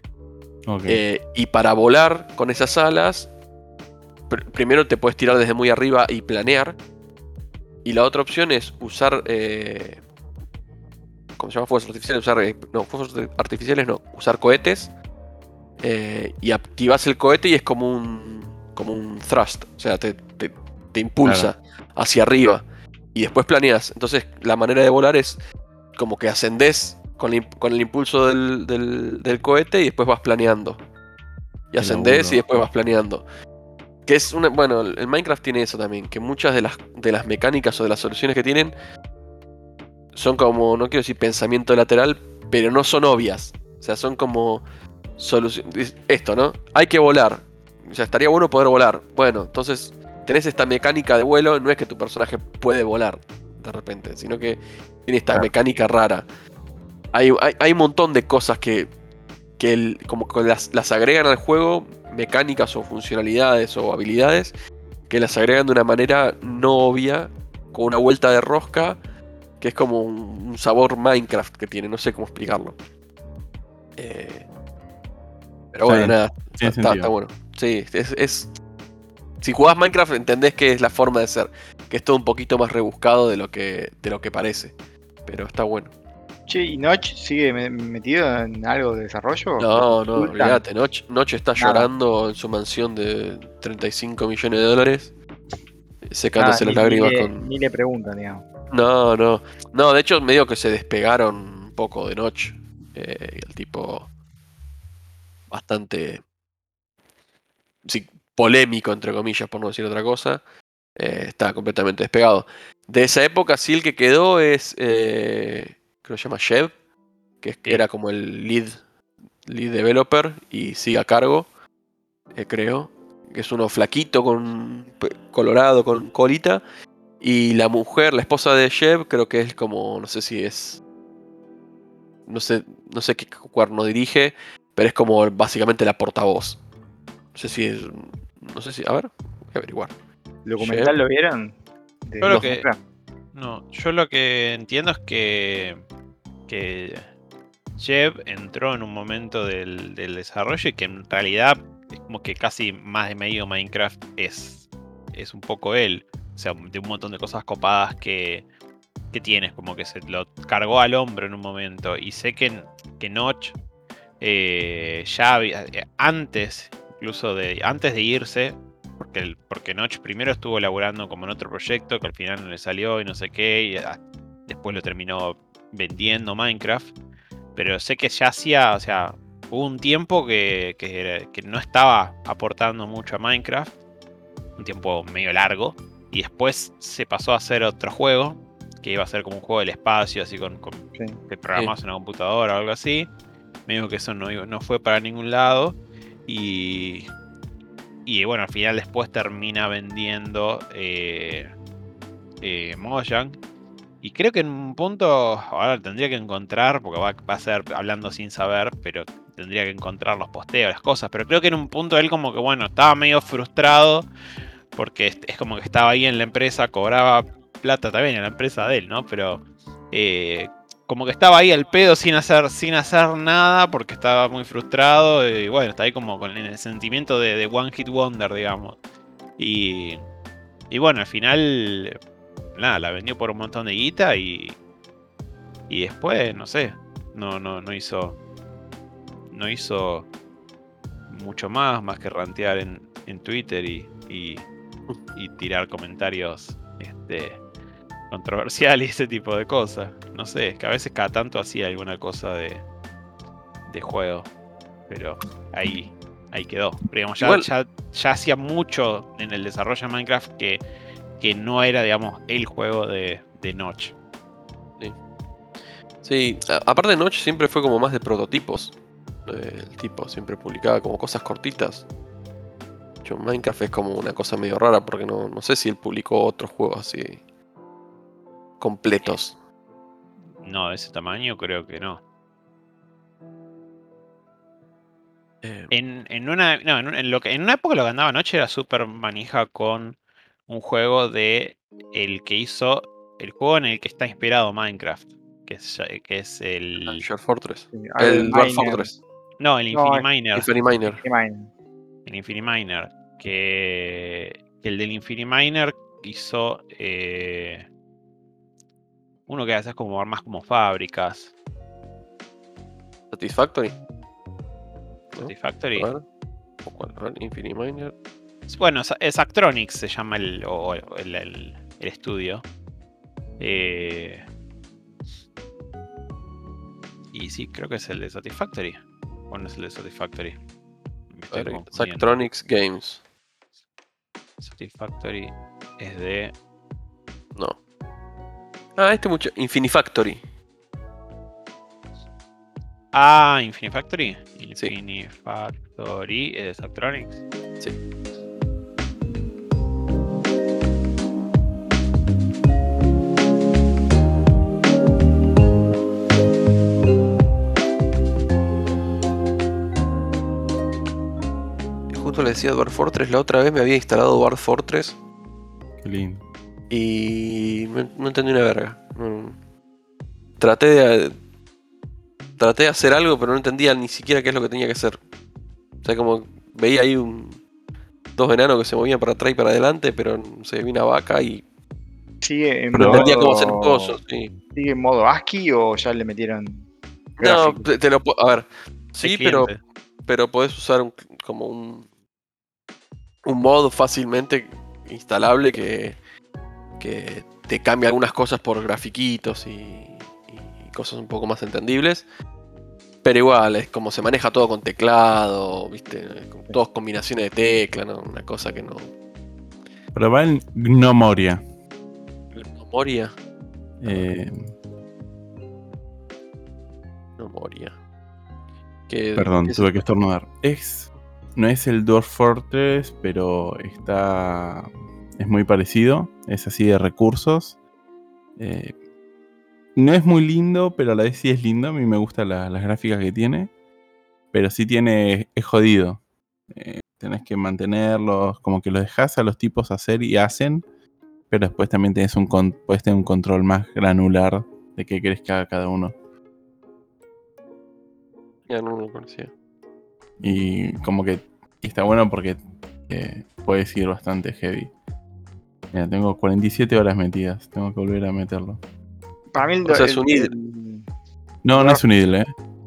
Okay. Y para volar con esas alas, primero te puedes tirar desde muy arriba y planear. Y la otra opción es usar... ¿cómo se llama? Fuegos artificiales. Fuegos artificiales no. Usar cohetes. Y activas el cohete y es como un thrust. O sea, te impulsa hacia arriba. Y después planeas. Entonces la manera de volar es como que ascendés con el impulso del cohete y después vas planeando. Y ascendés y después vas planeando. Que es bueno, el Minecraft tiene eso también, que muchas de las mecánicas o de las soluciones que tienen son como, no quiero decir pensamiento lateral, pero no son obvias. O sea, son como soluciones. Esto, ¿no? Hay que volar. O sea, estaría bueno poder volar. Bueno, entonces tenés esta mecánica de vuelo, no es que tu personaje puede volar de repente, sino que tiene esta mecánica rara. Hay un montón de cosas que como que las agregan al juego, mecánicas o funcionalidades o habilidades, que las agregan de una manera no obvia, con una vuelta de rosca, que es como un sabor Minecraft que tiene, no sé cómo explicarlo. Pero bueno, nada, está bueno. Sí, si jugás Minecraft entendés que es la forma de ser, que es todo un poquito más rebuscado de lo que parece, pero está bueno. Che, ¿y Notch sigue metido en algo de desarrollo? No, ¿Ocultan? olvídate. Notch está Nada. llorando en su mansión de 35 millones de dólares, secándose Nada, las lágrimas ni con... ni le preguntan, digamos. No, de hecho medio que se despegaron un poco de Notch. El tipo bastante sí, polémico, entre comillas, por no decir otra cosa. Está completamente despegado. De esa época sí el que quedó es, creo que se llama Jeb, que Sí. era como el lead developer y sigue a cargo, creo. Que es uno flaquito, colorado, con colita. Y la mujer, la esposa de Jeb, creo que es como, no sé si es... No sé qué cuerno dirige, pero es como básicamente la portavoz. No sé si es... No sé si... A ver, voy a averiguar. ¿El documental lo vieron? De Yo lo que, Minecraft. no, yo lo que entiendo es que Jeb entró en un momento del desarrollo y que en realidad es como que casi más de medio Minecraft es un poco él. O sea, de un montón de cosas copadas que tienes, como que se lo cargó al hombro en un momento. Y sé que Notch ya había, antes, incluso antes de irse, porque Notch primero estuvo laburando como en otro proyecto que al final no le salió y no sé qué, y después lo terminó vendiendo Minecraft. Pero sé que ya hacía, o sea, hubo un tiempo que no estaba aportando mucho a Minecraft, un tiempo medio largo, y después se pasó a hacer otro juego, que iba a ser como un juego del espacio, así Sí. que programabas en una computadora o algo así. Medio que eso no fue para ningún lado, y bueno, al final después termina vendiendo Mojang. Y creo que en un punto, ahora tendría que encontrar, porque va a ser hablando sin saber, pero tendría que encontrar los posteos, las cosas. Pero creo que en un punto él como que, bueno, estaba medio frustrado, porque es como que estaba ahí en la empresa, cobraba plata también en la empresa de él, ¿no? Pero como que estaba ahí al pedo sin hacer nada, porque estaba muy frustrado. Y bueno, está ahí como con el sentimiento de One Hit Wonder, digamos. Y bueno, al final nada, la vendió por un montón de guita y después, no sé, no hizo mucho más que rantear en Twitter y tirar comentarios controversiales y ese tipo de cosas. No sé, es que a veces cada tanto hacía alguna cosa de juego, pero ahí quedó. Pero digamos, Igual, ya hacía mucho en el desarrollo de Minecraft que no era, digamos, el juego de Notch. sí, aparte de Notch siempre fue como más de prototipos. El tipo siempre publicaba como cosas cortitas. De hecho, Minecraft es como una cosa medio rara porque no sé si él publicó otros juegos así completos. No, de ese tamaño creo que no. Eh, En una época lo que andaba Noche era súper manija con un juego de el que hizo el juego en el que está inspirado Minecraft, que es el Share Fortress. Sí, algo de El Dwarf Miner. Fortress. no, el No, Infiniminer, Infiniminer. Miner. el Infiniminer, que el del Infiniminer hizo uno que haces como armas como fábricas, Satisfactory. ¿No? Satisfactory. A ver. ¿O cuál? A ver, Infiniminer. Bueno, es Actronics se llama el estudio. Y sí, creo que es el de Satisfactory. ¿O no es el de Satisfactory? Me estoy confundiendo. Zachtronics Games. Satisfactory es de... No. Ah, mucho. Infinifactory. Ah, Infinifactory. Sí. Infinifactory es de Satisfactronics. Sí. Justo le decía Dwarf Fortress, la otra vez me había instalado Dwarf Fortress Qué lindo. y no entendí una verga. Traté de hacer algo, pero no entendía ni siquiera qué es lo que tenía que hacer. O sea, como veía ahí dos enanos que se movían para atrás y para adelante, pero no sé, vi una vaca y ¿Sigue en Pero Entendía cómo hacer modo, cosas, sí. ¿sigue en modo ASCII o ya le metieron No, gráfico? te lo puedo. A ver, El sí, pero, cliente. pero podés usar como un mod fácilmente instalable que te cambia algunas cosas por grafiquitos y cosas un poco más entendibles. Pero igual, es como se maneja todo con teclado, ¿viste? Con todas combinaciones de tecla, ¿no? Una cosa que no. Pero va en Gnomoria. Moria. Eh, No moría. ¿Qué perdón, es tuve que esto? estornudar. No es el Dwarf Fortress, pero es muy parecido. Es así de recursos. Eh, no es muy lindo, pero a la vez sí es lindo. A mí me gustan las gráficas que tiene. Pero sí es jodido. Tenés que mantenerlos, como que los dejas a los tipos hacer y hacen. Pero después también puedes tener un control más granular de qué querés que haga cada uno. Ya no lo conocía. Y como que está bueno porque puedes ir bastante heavy. Mira, tengo 47 horas metidas. Tengo que volver a meterlo. Para mí O sea, es un No, no Dwarf- es un idle, ¿eh?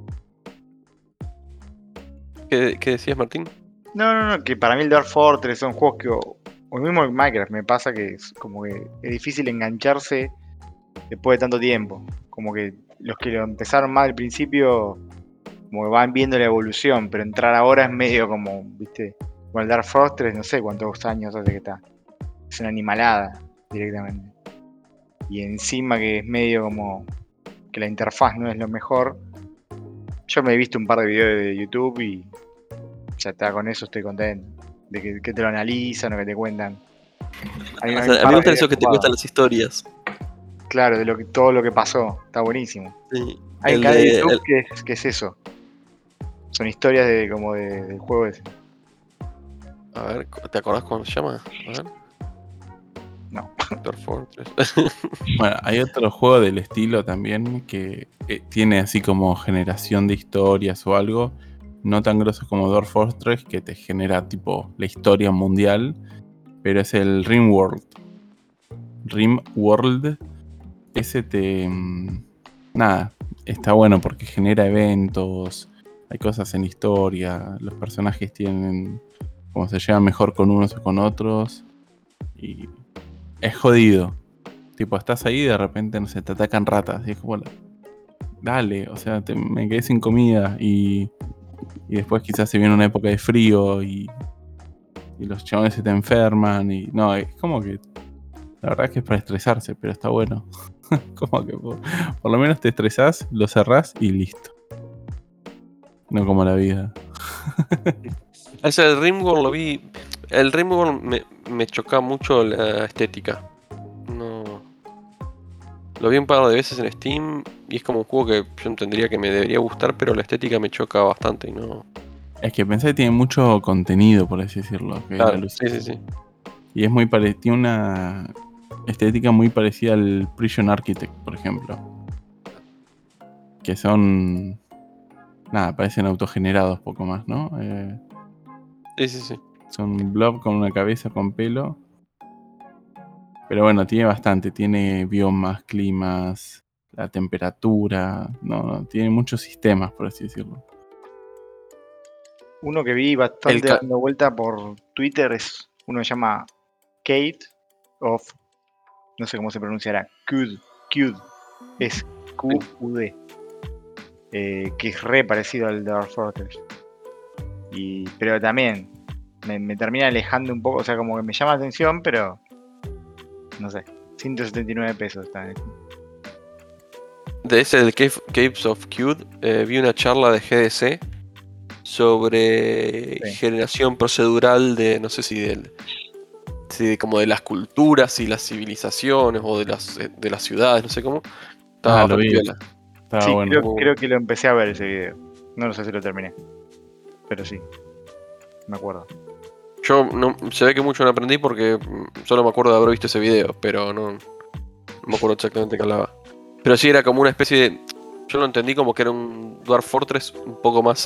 ¿Qué decías, Martín? No, que para mí el Dwarf Fortress son juegos que, o el mismo Minecraft, me pasa que es como que es difícil engancharse después de tanto tiempo. Como que los que lo empezaron más al principio, como que van viendo la evolución, pero entrar ahora es medio como, viste, con el Dark Fortress, no sé cuántos años hace que está. Es una animalada directamente. Y encima que es medio como que la interfaz no es lo mejor. Yo me he visto un par de videos de YouTube y ya está, con eso estoy contento. De que te lo analizan o que te cuentan. Hay, O hay un sea, a mí par me de gustan videos eso que te copados. cuentan las historias. Claro, de todo lo que pasó. Está buenísimo. Sí. Hay un El canal de de. YouTube que es eso. Son historias del juego ese. A ver, ¿te acordás cómo se llama? A ver. No. Dwarf Fortress. Bueno, hay otro juego del estilo también que tiene así como generación de historias o algo. No tan grosso como Dwarf Fortress, que te genera tipo la historia mundial. Pero es el RimWorld. RimWorld. Ese nada, está bueno porque genera eventos. Hay cosas en historia. Los personajes tienen. Como se llevan mejor con unos o con otros. Y es jodido. Tipo, estás ahí y de repente, no sé, te atacan ratas. Y es como, dale, o sea, me quedé sin comida. Y después quizás se viene una época de frío y los chabones se te enferman. Y no, es como que la verdad es que es para estresarse, pero está bueno. Como que por lo menos te estresás, lo cerrás y listo. No como la vida. Ese el Rimworld lo vi. El Rimworld me choca mucho la estética. No. Lo vi un par de veces en Steam y es como un juego que yo entendería que me debería gustar, pero la estética me choca bastante y no. Es que pensé que tiene mucho contenido, por así decirlo. Que la Claro, luz. sí. Y es tiene una estética muy parecida al Prison Architect, por ejemplo. Que son. Nada, parecen autogenerados poco más, ¿no? Sí. Son un blob con una cabeza con pelo. Pero bueno, tiene bastante. Tiene biomas, climas, la temperatura. No, tiene muchos sistemas, por así decirlo. Uno que vi El bastante ca- dando vuelta por Twitter es uno que se llama Kate of, no sé cómo se pronunciará, Qd, es QUD, que es re parecido al Dark Fortress. Pero también me termina alejando un poco, o sea, como que me llama la atención, pero no sé, 179 pesos está. De ese del Caves of Cute, vi una charla de GDC sobre Sí. generación procedural de, no sé si como de las culturas y las civilizaciones o de las ciudades, no sé cómo. Estaba Lo bastante vi. piola. Estaba Sí, bueno. creo que lo empecé a ver ese video. No lo sé si lo terminé, pero sí, me acuerdo. Yo se ve que mucho no aprendí porque solo me acuerdo de haber visto ese video, pero no me acuerdo exactamente qué hablaba. Pero sí era como una especie de. Yo lo entendí como que era un Dwarf Fortress un poco más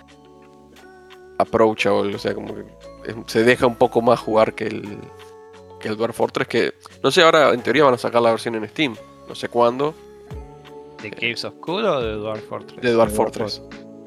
approachable, o sea, como que se deja un poco más jugar que que el Dwarf Fortress, que no sé, ahora en teoría van a sacar la versión en Steam, no sé cuándo, ¿De Caves of Cool o de Dwarf Fortress? de Dwarf Dwarf Fortress.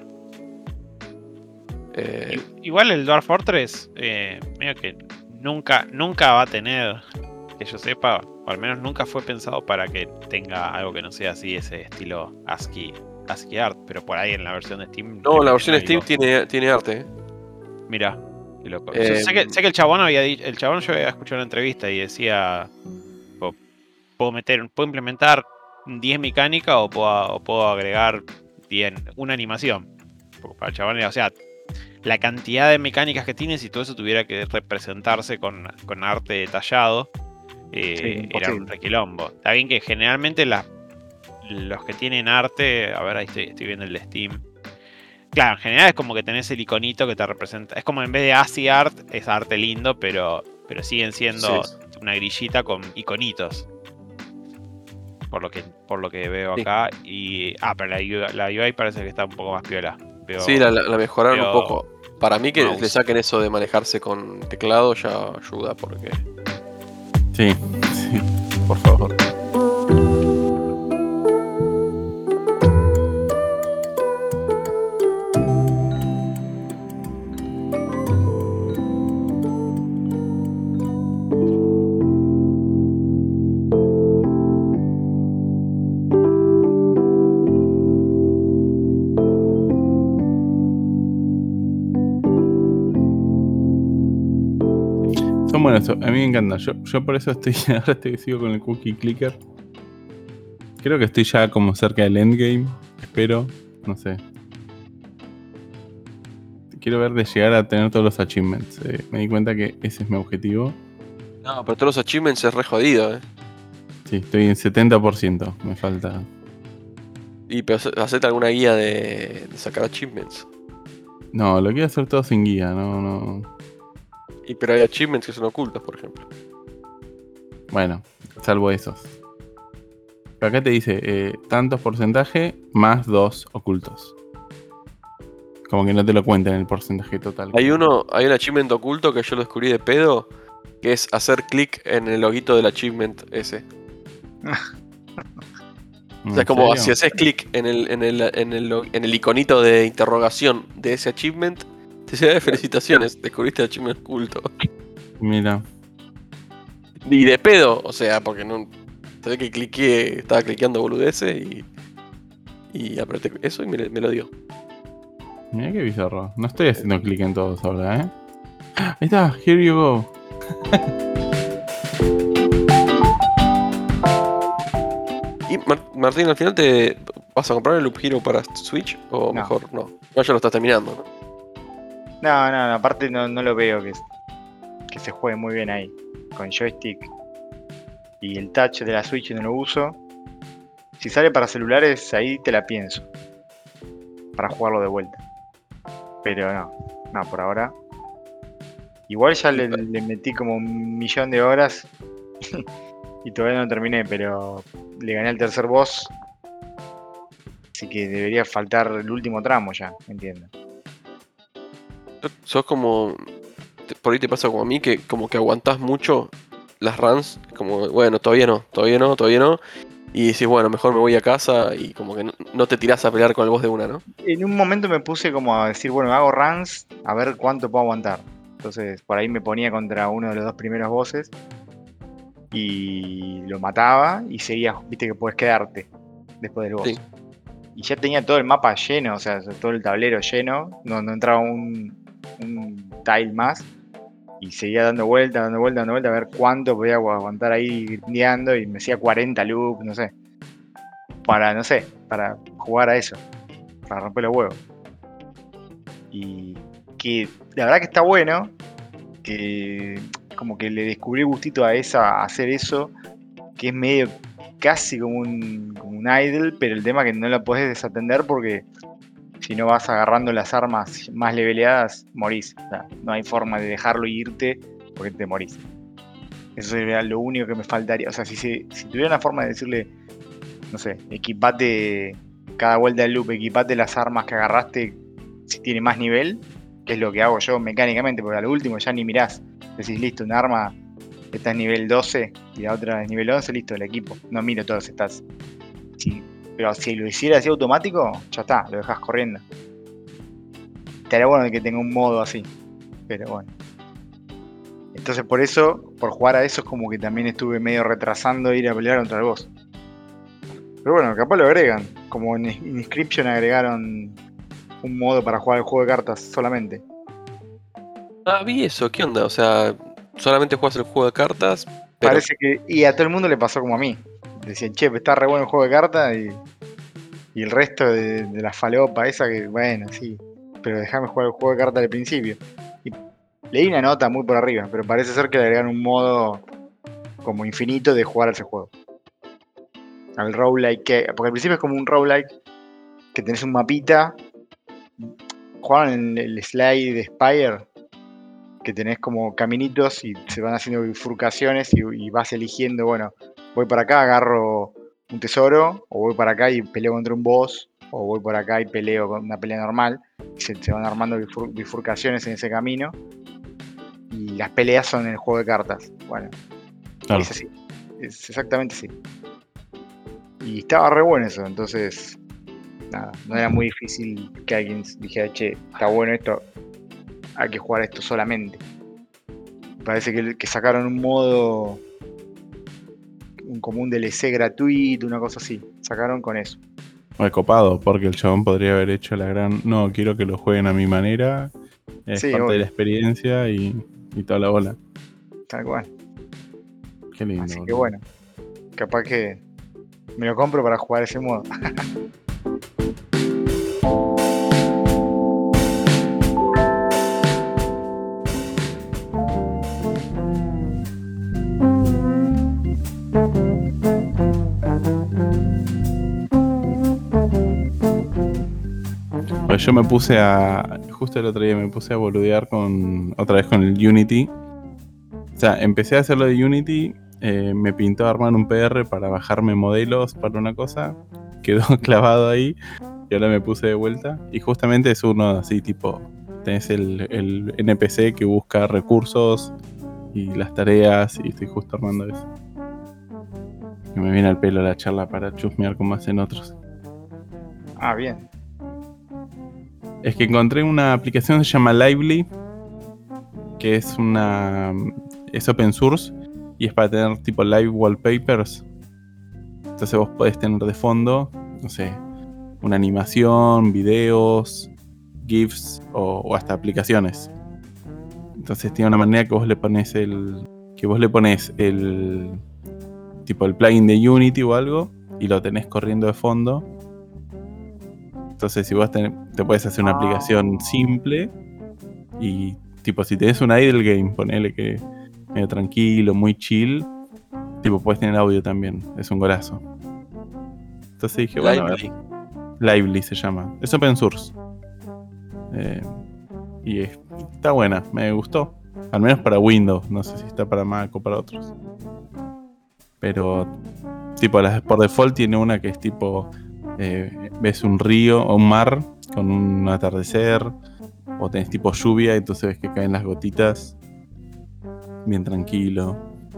Igual el Dwarf Fortress, medio que nunca va a tener, que yo sepa, o al menos nunca fue pensado para que tenga algo que no sea así, ese estilo ASCII art, pero por ahí en la versión de Steam. No, le la meten versión de algo. Steam tiene arte. Mirá, qué loco. Eh, Sé que el chabón había dicho, el chabón yo había escuchado una entrevista y decía, "Po- puedo implementar 10 mecánicas o puedo agregar una animación. Porque para el chabón, o sea, la cantidad de mecánicas que tiene, si todo eso tuviera que representarse con arte detallado, era un imposible. requilombo. Está bien que generalmente los que tienen arte, a ver, ahí estoy viendo el de Steam. Claro, en general es como que tenés el iconito que te representa. Es como en vez de ASCII art, es arte lindo, pero siguen siendo Sí. una grillita con iconitos. Por lo que veo Sí. acá. Y. Pero la UI parece que está un poco más piola. Veo, Sí, la mejoraron un veo poco. Para mí que mouse. le saquen eso de manejarse con teclado ya ayuda, porque Sí, por favor. Son buenos, a mí me encantan. Yo por eso ahora sigo con el cookie clicker. Creo que estoy ya como cerca del endgame. Espero, no sé. Quiero ver de llegar a tener todos los achievements. Me di cuenta que ese es mi objetivo. no, pero todos los achievements es re jodido, Sí, estoy en 70%. Me falta. Y pero hacete alguna guía de sacar achievements. No, lo quiero hacer todo sin guía. No. Pero hay achievements que son ocultos, por ejemplo. Bueno, salvo esos. Pero acá te dice tantos porcentaje más 2 ocultos. Como que no te lo cuentan el porcentaje total. Hay un achievement oculto que yo lo descubrí de pedo, que es hacer clic en el loguito del achievement ese. O sea, es como si haces clic en el iconito de interrogación de ese achievement, te dice felicitaciones, descubriste el achievement oculto. Mira. Y de pedo, o sea, porque no. Se ve que estaba cliqueando boludeces y apreté eso y me lo dio. Mira qué bizarro. No estoy haciendo clic en todos ahora, ¿eh? Ahí está, here you go. Y Martín, al final te vas a comprar el Loop Hero para Switch o No. mejor no. No, ya lo estás terminando, ¿no? No, aparte no lo veo que se juegue muy bien ahí. Con joystick y el touch de la Switch no lo uso. Si sale para celulares, ahí te la pienso. Para jugarlo de vuelta. Pero no, por ahora. Igual ya le metí como 1.000.000 de horas y todavía no terminé, pero le gané al tercer boss. Así que debería faltar el último tramo ya, entiendo. Sos como. Por ahí te pasa como a mí, que como que aguantás mucho las runs. Como, bueno, todavía no. Y decís, bueno, mejor me voy a casa y como que no te tirás a pelear con el boss de una, ¿no? En un momento me puse como a decir, bueno, hago runs a ver cuánto puedo aguantar. Entonces por ahí me ponía contra uno de los dos primeros bosses y lo mataba y seguía, viste que puedes quedarte después del boss. Sí. Y ya tenía todo el mapa lleno, o sea, todo el tablero lleno, no entraba un tile más. Y seguía dando vuelta, a ver cuánto podía aguantar ahí grindeando y me hacía 40 loops, no sé. Para jugar a eso. Para romper los huevos. Y que la verdad que está bueno. Que como que le descubrí el gustito a hacer eso. Que es medio casi como un idle, pero el tema es que no lo podés desatender porque si no vas agarrando las armas más leveleadas, morís. O sea, no hay forma de dejarlo y irte porque te morís. Eso sería lo único que me faltaría. O sea, si tuviera una forma de decirle, no sé, equipate cada vuelta del loop, equipate las armas que agarraste si tiene más nivel, que es lo que hago yo mecánicamente, porque a lo último ya ni mirás. Decís, listo, un arma Esta es nivel 12 y la otra es nivel 11, listo, el equipo. No miro todos los stats. Sí, pero si lo hiciera así automático, ya está, lo dejas corriendo. Estaría bueno que tenga un modo así, pero bueno. Entonces por eso, por jugar a eso, es como que también estuve medio retrasando ir a pelear contra el boss. Pero bueno, capaz lo agregan. Como en Inscription agregaron un modo para jugar el juego de cartas solamente. Ah, vi eso, ¿qué onda? O sea, solamente juegas el juego de cartas, pero Parece que. Y a todo el mundo le pasó como a mí. Decían, che, está re bueno el juego de cartas y el resto de la falopa esa que, bueno, sí. Pero déjame jugar el juego de cartas al principio. Y leí una nota muy por arriba, pero parece ser que le agregan un modo como infinito de jugar a ese juego. Al roguelike, porque al principio es como un roguelike que tenés un mapita. Jugaron en el Slide de Spire, que tenés como caminitos y se van haciendo bifurcaciones y vas eligiendo, bueno, voy para acá, agarro un tesoro, o voy para acá y peleo contra un boss, o voy por acá y peleo con una pelea normal. Se van armando bifurcaciones en ese camino. Y las peleas son en el juego de cartas. Bueno, Claro. es así. Es exactamente así. Y estaba re bueno eso, entonces nada, no era muy difícil que alguien dijera, che, está bueno esto, hay que jugar esto solamente. Parece que sacaron un modo, como un DLC gratuito, una cosa así. Sacaron con eso. Muy copado, porque el chabón podría haber hecho la gran. No, quiero que lo jueguen a mi manera. Es Sí, parte de obvio. la experiencia y toda la bola. Tal cual. Qué lindo. Así que boludo. bueno, capaz que me lo compro para jugar ese modo. Pues yo me puse a. Justo el otro día me puse a boludear otra vez con el Unity. O sea, empecé a hacerlo de Unity. Me pintó armar un PR para bajarme modelos para una cosa. Quedó clavado ahí. Y ahora me puse de vuelta. Y justamente es uno así, tipo. Tenés el NPC que busca recursos y las tareas. Y estoy justo armando eso. Que me viene al pelo la charla para chusmear como hacen otros. Ah, bien. Es que encontré una aplicación que se llama Lively, que es open source y es para tener tipo live wallpapers. Entonces vos podés tener de fondo, no sé, una animación, videos, GIFs o hasta aplicaciones. Entonces tiene una manera que vos le pones el tipo el plugin de Unity o algo y lo tenés corriendo de fondo. Entonces si vos te puedes hacer una aplicación simple y tipo si tenés un idle game, ponele que medio tranquilo, muy chill, tipo puedes tener audio también, es un golazo. Entonces dije, bueno, a ver, Lively se llama, es open source. Y está buena, me gustó. Al menos para Windows, no sé si está para Mac o para otros. Pero tipo por default tiene una que es tipo ves un río o un mar con un atardecer, o tenés tipo lluvia, entonces ves que caen las gotitas, bien tranquilo.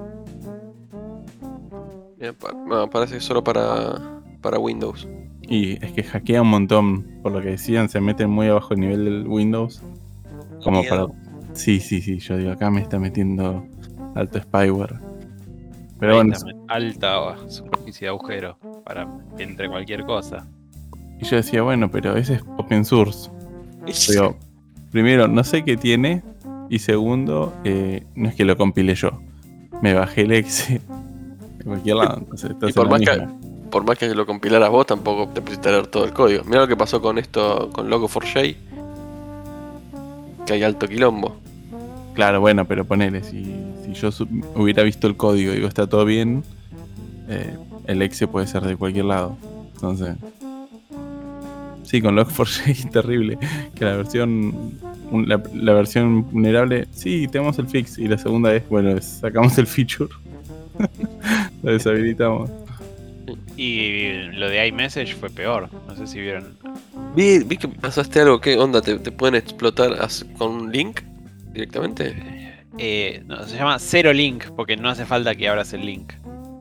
Bien, no, parece que solo para Windows. Y es que hackea un montón, por lo que decían, se meten muy abajo el nivel del Windows. Como Miedo. para. Sí, yo digo, acá me está metiendo alto spyware. Pero bueno, Alta superficie de agujero para entre cualquier cosa. y yo decía, bueno, pero ese es open source. Pero, primero, no sé qué tiene. Y segundo, no es que lo compile yo. Me bajé el exe de cualquier lado. Entonces, Y por más que lo compilaras vos, tampoco te pusiste a leer todo el código. Mirá lo que pasó con esto, con Log4j, que hay alto quilombo. Claro, bueno, pero ponele, si yo hubiera visto el código y digo está todo bien, el exe puede ser de cualquier lado. Entonces, sí, con Log4j es terrible. Que la versión vulnerable, sí, tenemos el fix. Y la segunda es, bueno, sacamos el feature, lo deshabilitamos. Y lo de iMessage fue peor. No sé si vieron. Vi que pasaste algo, ¿qué onda? ¿Te pueden explotar con un link directamente? no, se llama Zero Link, porque no hace falta que abras el link.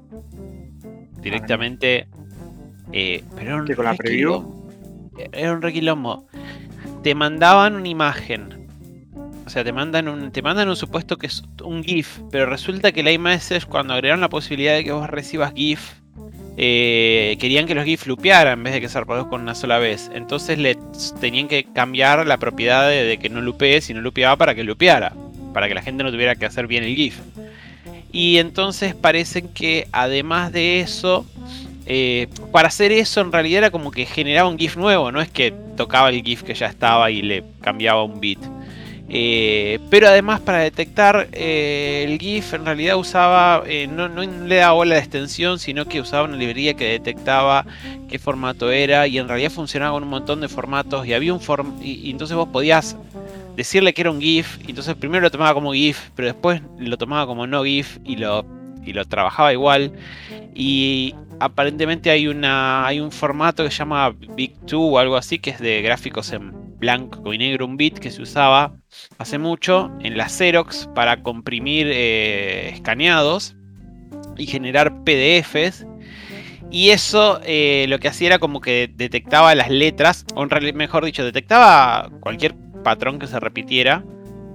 Directamente. Pero era un ¿Que con la preview? Era un requilombo. Te mandaban una imagen. O sea, te mandan un supuesto que es un GIF. Pero resulta que la iMessage, cuando agregaron la posibilidad de que vos recibas GIF, querían que los GIF lupearan en vez de que se reproduzcan con una sola vez. Entonces le tenían que cambiar la propiedad de que no lupee, si no lupeaba, para que lupeara. Para que la gente no tuviera que hacer bien el GIF. Y entonces parecen que además de eso, para hacer eso en realidad era como que generaba un GIF nuevo. No es que tocaba el GIF que ya estaba y le cambiaba un bit. Pero además para detectar el GIF en realidad usaba, no le daba bola de extensión, sino que usaba una librería que detectaba qué formato era y en realidad funcionaba con un montón de formatos y había y entonces vos podías decirle que era un GIF y entonces primero lo tomaba como GIF, pero después lo tomaba como no GIF y lo trabajaba igual. Y aparentemente hay un formato que se llama Big2 o algo así, que es de gráficos en blanco y negro, un bit que se usaba hace mucho en las Xerox para comprimir escaneados y generar PDFs. Y eso lo que hacía era como que detectaba las letras, o mejor dicho, detectaba cualquier patrón que se repitiera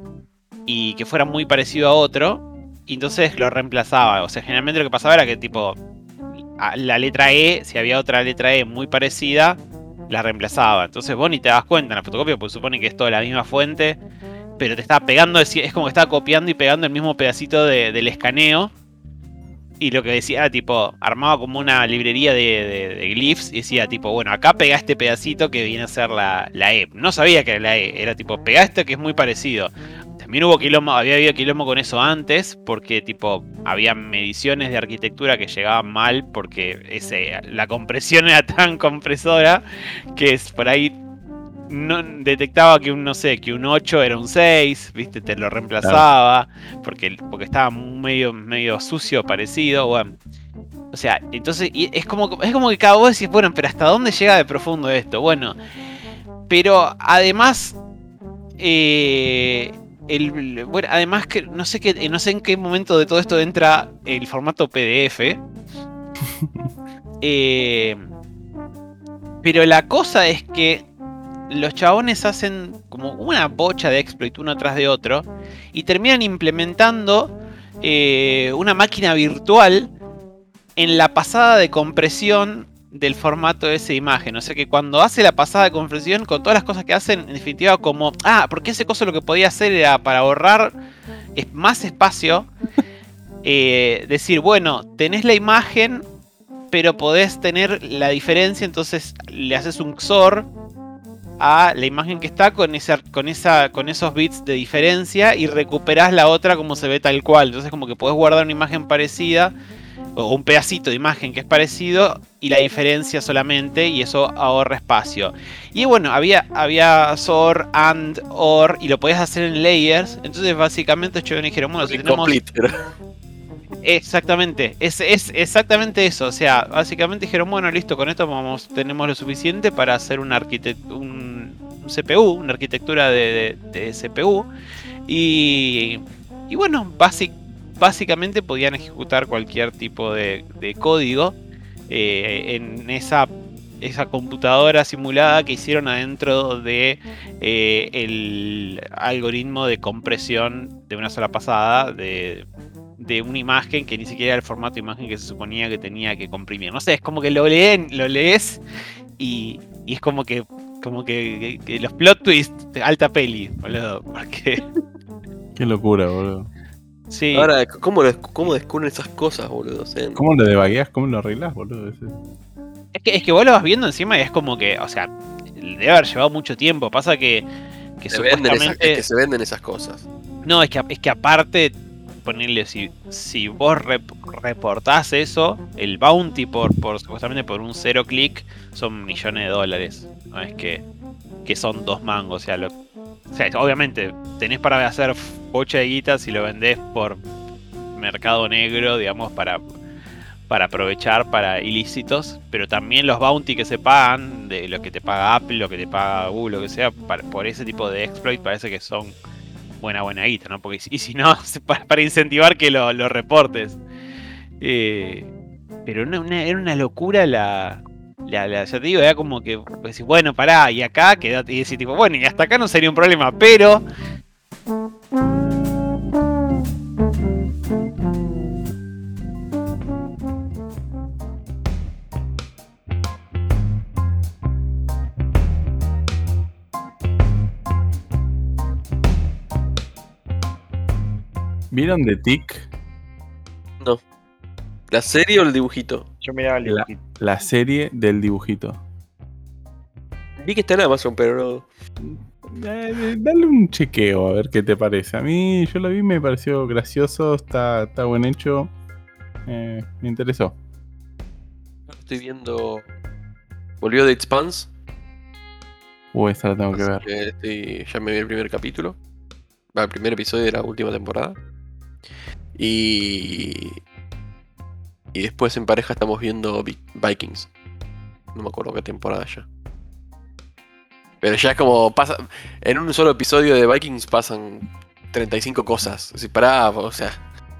y que fuera muy parecido a otro. Y entonces lo reemplazaba. O sea, generalmente lo que pasaba era que tipo la letra E, si había otra letra E muy parecida, la reemplazaba. Entonces vos ni te das cuenta en la fotocopia, porque supone que es toda la misma fuente, pero te estaba pegando, es como que estaba copiando y pegando el mismo pedacito del escaneo. Y lo que decía, tipo, armaba como una librería de glyphs y decía, tipo, bueno, acá pegá este pedacito que viene a ser la E. No sabía que era la E, era tipo, pegá esto que es muy parecido. También había habido quilombo con eso antes, porque tipo, había mediciones de arquitectura que llegaban mal, porque la compresión era tan compresora que por ahí no detectaba que que un 8 era un 6, ¿viste? Te lo reemplazaba, porque estaba medio sucio, parecido, bueno. O sea, entonces es como que cada vos decís, bueno, pero ¿hasta dónde llega de profundo esto? Bueno, pero además, además que no sé en qué momento de todo esto entra el formato PDF. Pero la cosa es que los chabones hacen como una bocha de exploit uno tras de otro y terminan implementando una máquina virtual en la pasada de compresión del formato de esa imagen. O sea que cuando hace la pasada de compresión, con todas las cosas que hacen, en definitiva, como porque ese coso lo que podía hacer era para ahorrar más espacio, decir, bueno, tenés la imagen, pero podés tener la diferencia, entonces le haces un XOR a la imagen que está con esos bits de diferencia y recuperás la otra como se ve tal cual. Entonces como que podés guardar una imagen parecida o un pedacito de imagen que es parecido y la diferencia solamente, y eso ahorra espacio. Y bueno, había XOR, AND, OR, y lo podías hacer en layers. Entonces básicamente ellos dijeron, bueno, si tenemos... Exactamente, es exactamente eso. O sea, básicamente dijeron, bueno, listo, con esto tenemos lo suficiente para hacer un CPU, una arquitectura de CPU. Y bueno, básicamente podían ejecutar cualquier tipo de código en esa computadora simulada que hicieron adentro de el algoritmo de compresión de una sola pasada de una imagen que ni siquiera era el formato de imagen que se suponía que tenía que comprimir. No sé, es como que lo lees y es como que los plot twists, alta peli, boludo, porque... Qué locura, boludo. Sí. Ahora, ¿cómo descubren esas cosas, boludo? O sea, ¿Cómo lo debagueas? ¿Cómo lo arreglas, boludo? Es que vos lo vas viendo encima y es como que, o sea, debe haber llevado mucho tiempo. Pasa que supuestamente... es que se venden esas cosas. No, es que aparte, ponerle, si vos reportás eso, el bounty supuestamente por un 0 clic son millones de dólares. No es que son 2 mangos. O sea, obviamente tenés para hacer bocha de guitas si lo vendés por mercado negro, digamos, para aprovechar para ilícitos, pero también los bounty que se pagan, de lo que te paga Apple, lo que te paga Google, lo que sea, por ese tipo de exploit, parece que son buena guita, ¿no? Porque y si no, para incentivar que lo reportes. Pero era una locura ya te digo, era como que decís, bueno, pará, y acá quedate, y decís tipo, bueno, y hasta acá no sería un problema, pero ¿Vieron The Tick? No. ¿La serie o el dibujito? Yo miraba el La, dibujito. la serie del dibujito. Vi que está en Amazon, pero no. Dale un chequeo a ver qué te parece. A mí, yo lo vi, me pareció gracioso, está buen hecho. Me interesó. Estoy viendo. Volvió The Expanse. Esta la tengo que ver. Ya me vi el primer capítulo. El primer episodio de la última temporada. Y después en pareja estamos viendo Vikings. No me acuerdo qué temporada ya. Pero ya es como pasa. En un solo episodio de Vikings pasan 35 cosas. Así, pará, o sea.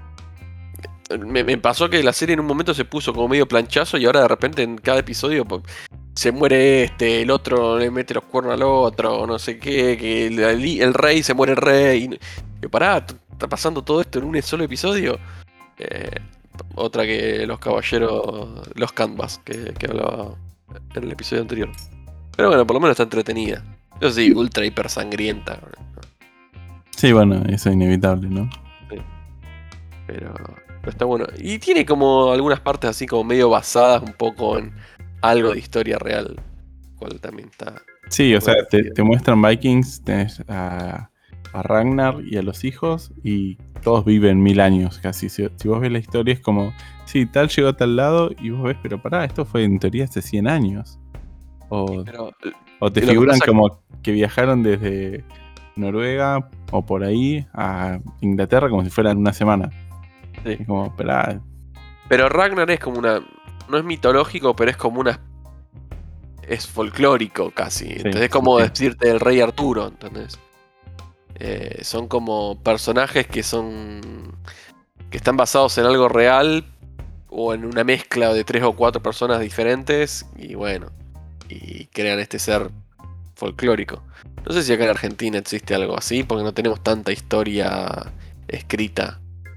Me pasó que la serie en un momento se puso como medio planchazo y ahora de repente en cada episodio se muere el otro le mete los cuernos al otro, no sé qué, que el rey se muere el rey. Y pará, está pasando todo esto en un solo episodio. Otra que los caballeros, los canvas, que hablaba en el episodio anterior. Pero bueno, por lo menos está entretenida. Eso sí, ultra hiper sangrienta. Sí, bueno, eso es inevitable, ¿no? Sí. Pero está bueno. Y tiene como algunas partes así como medio basadas un poco en algo de historia real. Cual también está. Sí, o sea, bueno, te muestran Vikings, tenés a Ragnar y a los hijos, y todos viven 1000 años casi. Si vos ves la historia es como, sí, tal llegó a tal lado, y vos ves, pero pará, esto fue en teoría hace 100 años. O te lo que figuran pasa como que viajaron desde Noruega o por ahí a Inglaterra como si fueran una semana. Sí. Es como, Pero Ragnar es como una. No es mitológico, pero es como una. Es folclórico casi. Entonces es como decirte el rey Arturo, ¿entendés? Son como personajes que están basados en algo real o en una mezcla de 3 o 4 personas diferentes y bueno, y crean este ser folclórico. No sé si acá en Argentina existe algo así porque no tenemos tanta historia escrita.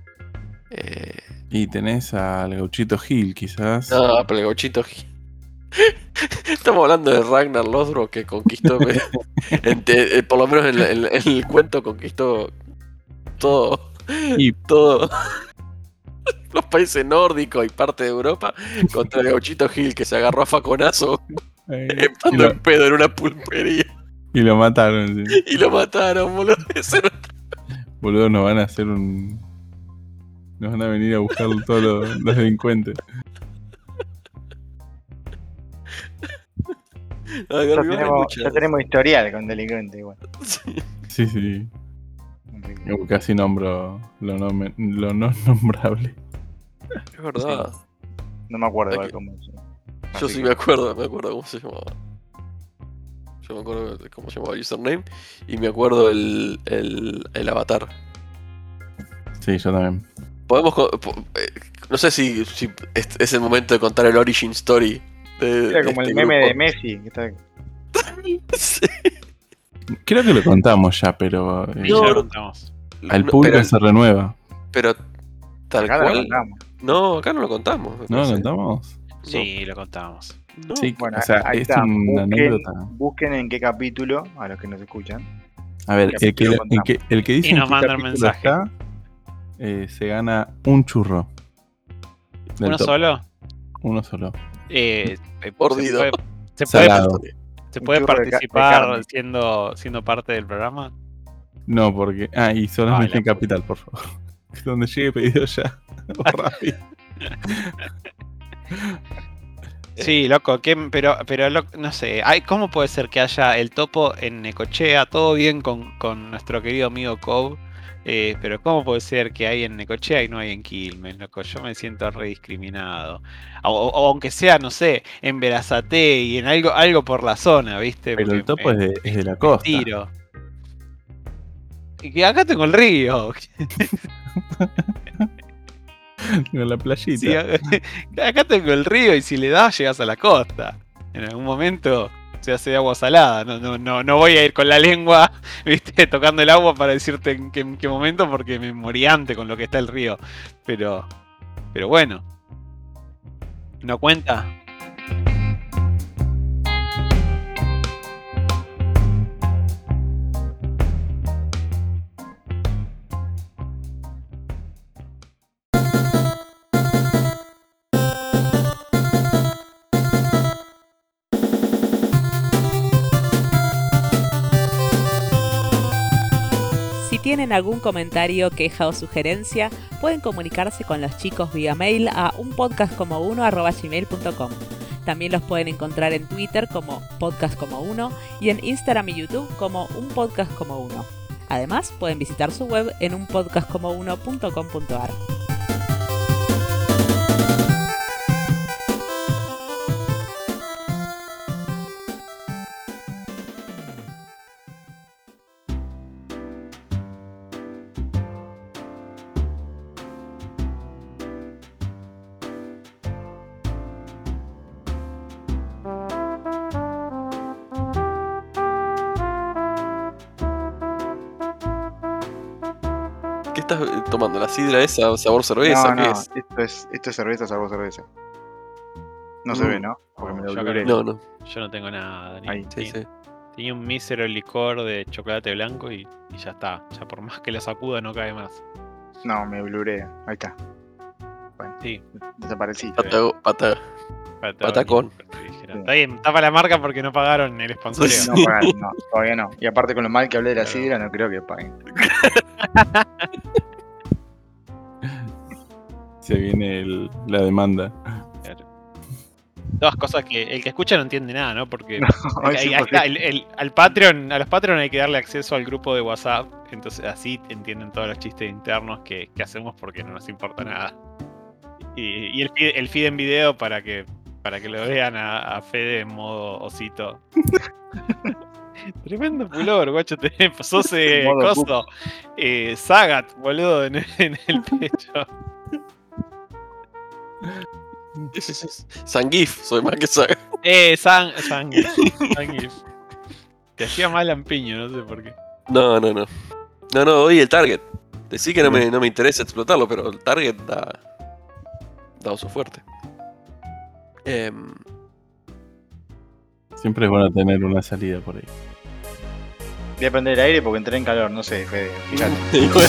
y tenés al Gauchito Gil, quizás. No, pero el Gauchito Gil. Estamos hablando de Ragnar Lothbrok que conquistó, por lo menos en el cuento conquistó todo los países nórdicos y parte de Europa contra el Gauchito Gil que se agarró a faconazo estando en pedo en una pulpería. Y lo mataron, sí. Y lo mataron, boludo. Boludo, nos van a hacer un... Nos van a venir a buscar todos los delincuentes. Ya tenemos historial con delincuentes igual. Sí. Yo casi nombro lo no nombrable. Es verdad. Sí. No me acuerdo igual cómo se llama. Yo sí me acuerdo cómo se llamaba. Yo me acuerdo cómo se llamaba el username. Y me acuerdo el avatar. Sí, yo también. Podemos. No sé si es el momento de contar el origin story. Era como el meme de Messi. Que está... Sí. Creo que lo contamos ya, pero. Sí, ya lo contamos. Al público se renueva. Pero tal Acá cual. lo contamos. No, acá no lo contamos. ¿No lo contamos? Sí, lo contamos. No. Sí, Bueno, o sea, ahí es está. una anécdota. Busquen en qué capítulo, a los que nos escuchan. A ver, el que dice Y nos en qué manda un capítulo mensaje. está, se gana un churro. Del ¿Uno top. solo? Uno solo. Mordido. Se puede Salado. Un churro de participar carne. siendo parte del programa. No, porque... y solamente la en Capital, por favor. Donde llegue pedido ya. Rápido. Sí, loco, pero no sé, ¿cómo puede ser que haya el topo en Necochea? Todo bien con nuestro querido amigo Cobb, pero ¿cómo puede ser que hay en Necochea y no hay en Quilmes, loco? Yo me siento re discriminado. O aunque sea, no sé, en Berazategui, en algo por la zona, ¿viste? Pero el Porque topo es de la costa. tiro. Que acá tengo el río. En la playita. Sí, acá tengo el río y si le das llegas a la costa. En algún momento se hace de agua salada. No voy a ir con la lengua, viste, tocando el agua para decirte en qué momento porque me morí antes con lo que está el río. Pero bueno, no cuenta. Si tienen algún comentario, queja o sugerencia, pueden comunicarse con los chicos vía mail a unpodcastcomo1@gmail.com. También los pueden encontrar en Twitter como podcastcomo1 y en Instagram y YouTube como unpodcastcomo1. Además, pueden visitar su web en unpodcastcomo1.com.ar. ¿Qué estás tomando? ¿La sidra esa? ¿Sabor cerveza? No, ¿Qué no, es? esto es cerveza, sabor cerveza. No se ve, ¿no? Porque me lo Yo acá bluré. No, no. Yo no tengo nada, Dani. Ahí. Sí, sí. Tenía un mísero licor de chocolate blanco y ya está. Ya por más que lo sacuda no cae más. No, me bluré. Ahí está. Bueno, Sí, desaparecí. Patacón. Está bien, tapa la marca porque no pagaron el sponsoreo. No pagaron, no, todavía no. Y aparte con lo mal que hablé de la Claro. sidra, no creo que paguen. Se viene la demanda. Todas cosas que el que escucha no entiende nada, ¿no? Porque Ay, sí, ahí porque- está, al Patreon, a los Patreon hay que darle acceso al grupo de WhatsApp. Entonces así entienden todos los chistes internos que hacemos porque no nos importa nada. Y el feed en video para que lo vean a Fede en modo osito. Tremendo pulor, guacho. Sos Modo coso. Sagat, boludo, en el pecho. Zangief, soy más que Saga. Zangief. Te hacía mal lampiño, no sé por qué. No, hoy el target. Decí que no me interesa explotarlo, pero el target da uso fuerte. Siempre es bueno tener una salida por ahí. Voy a prender el aire porque entré en calor, no sé, Fede. Fíjate. Y bueno,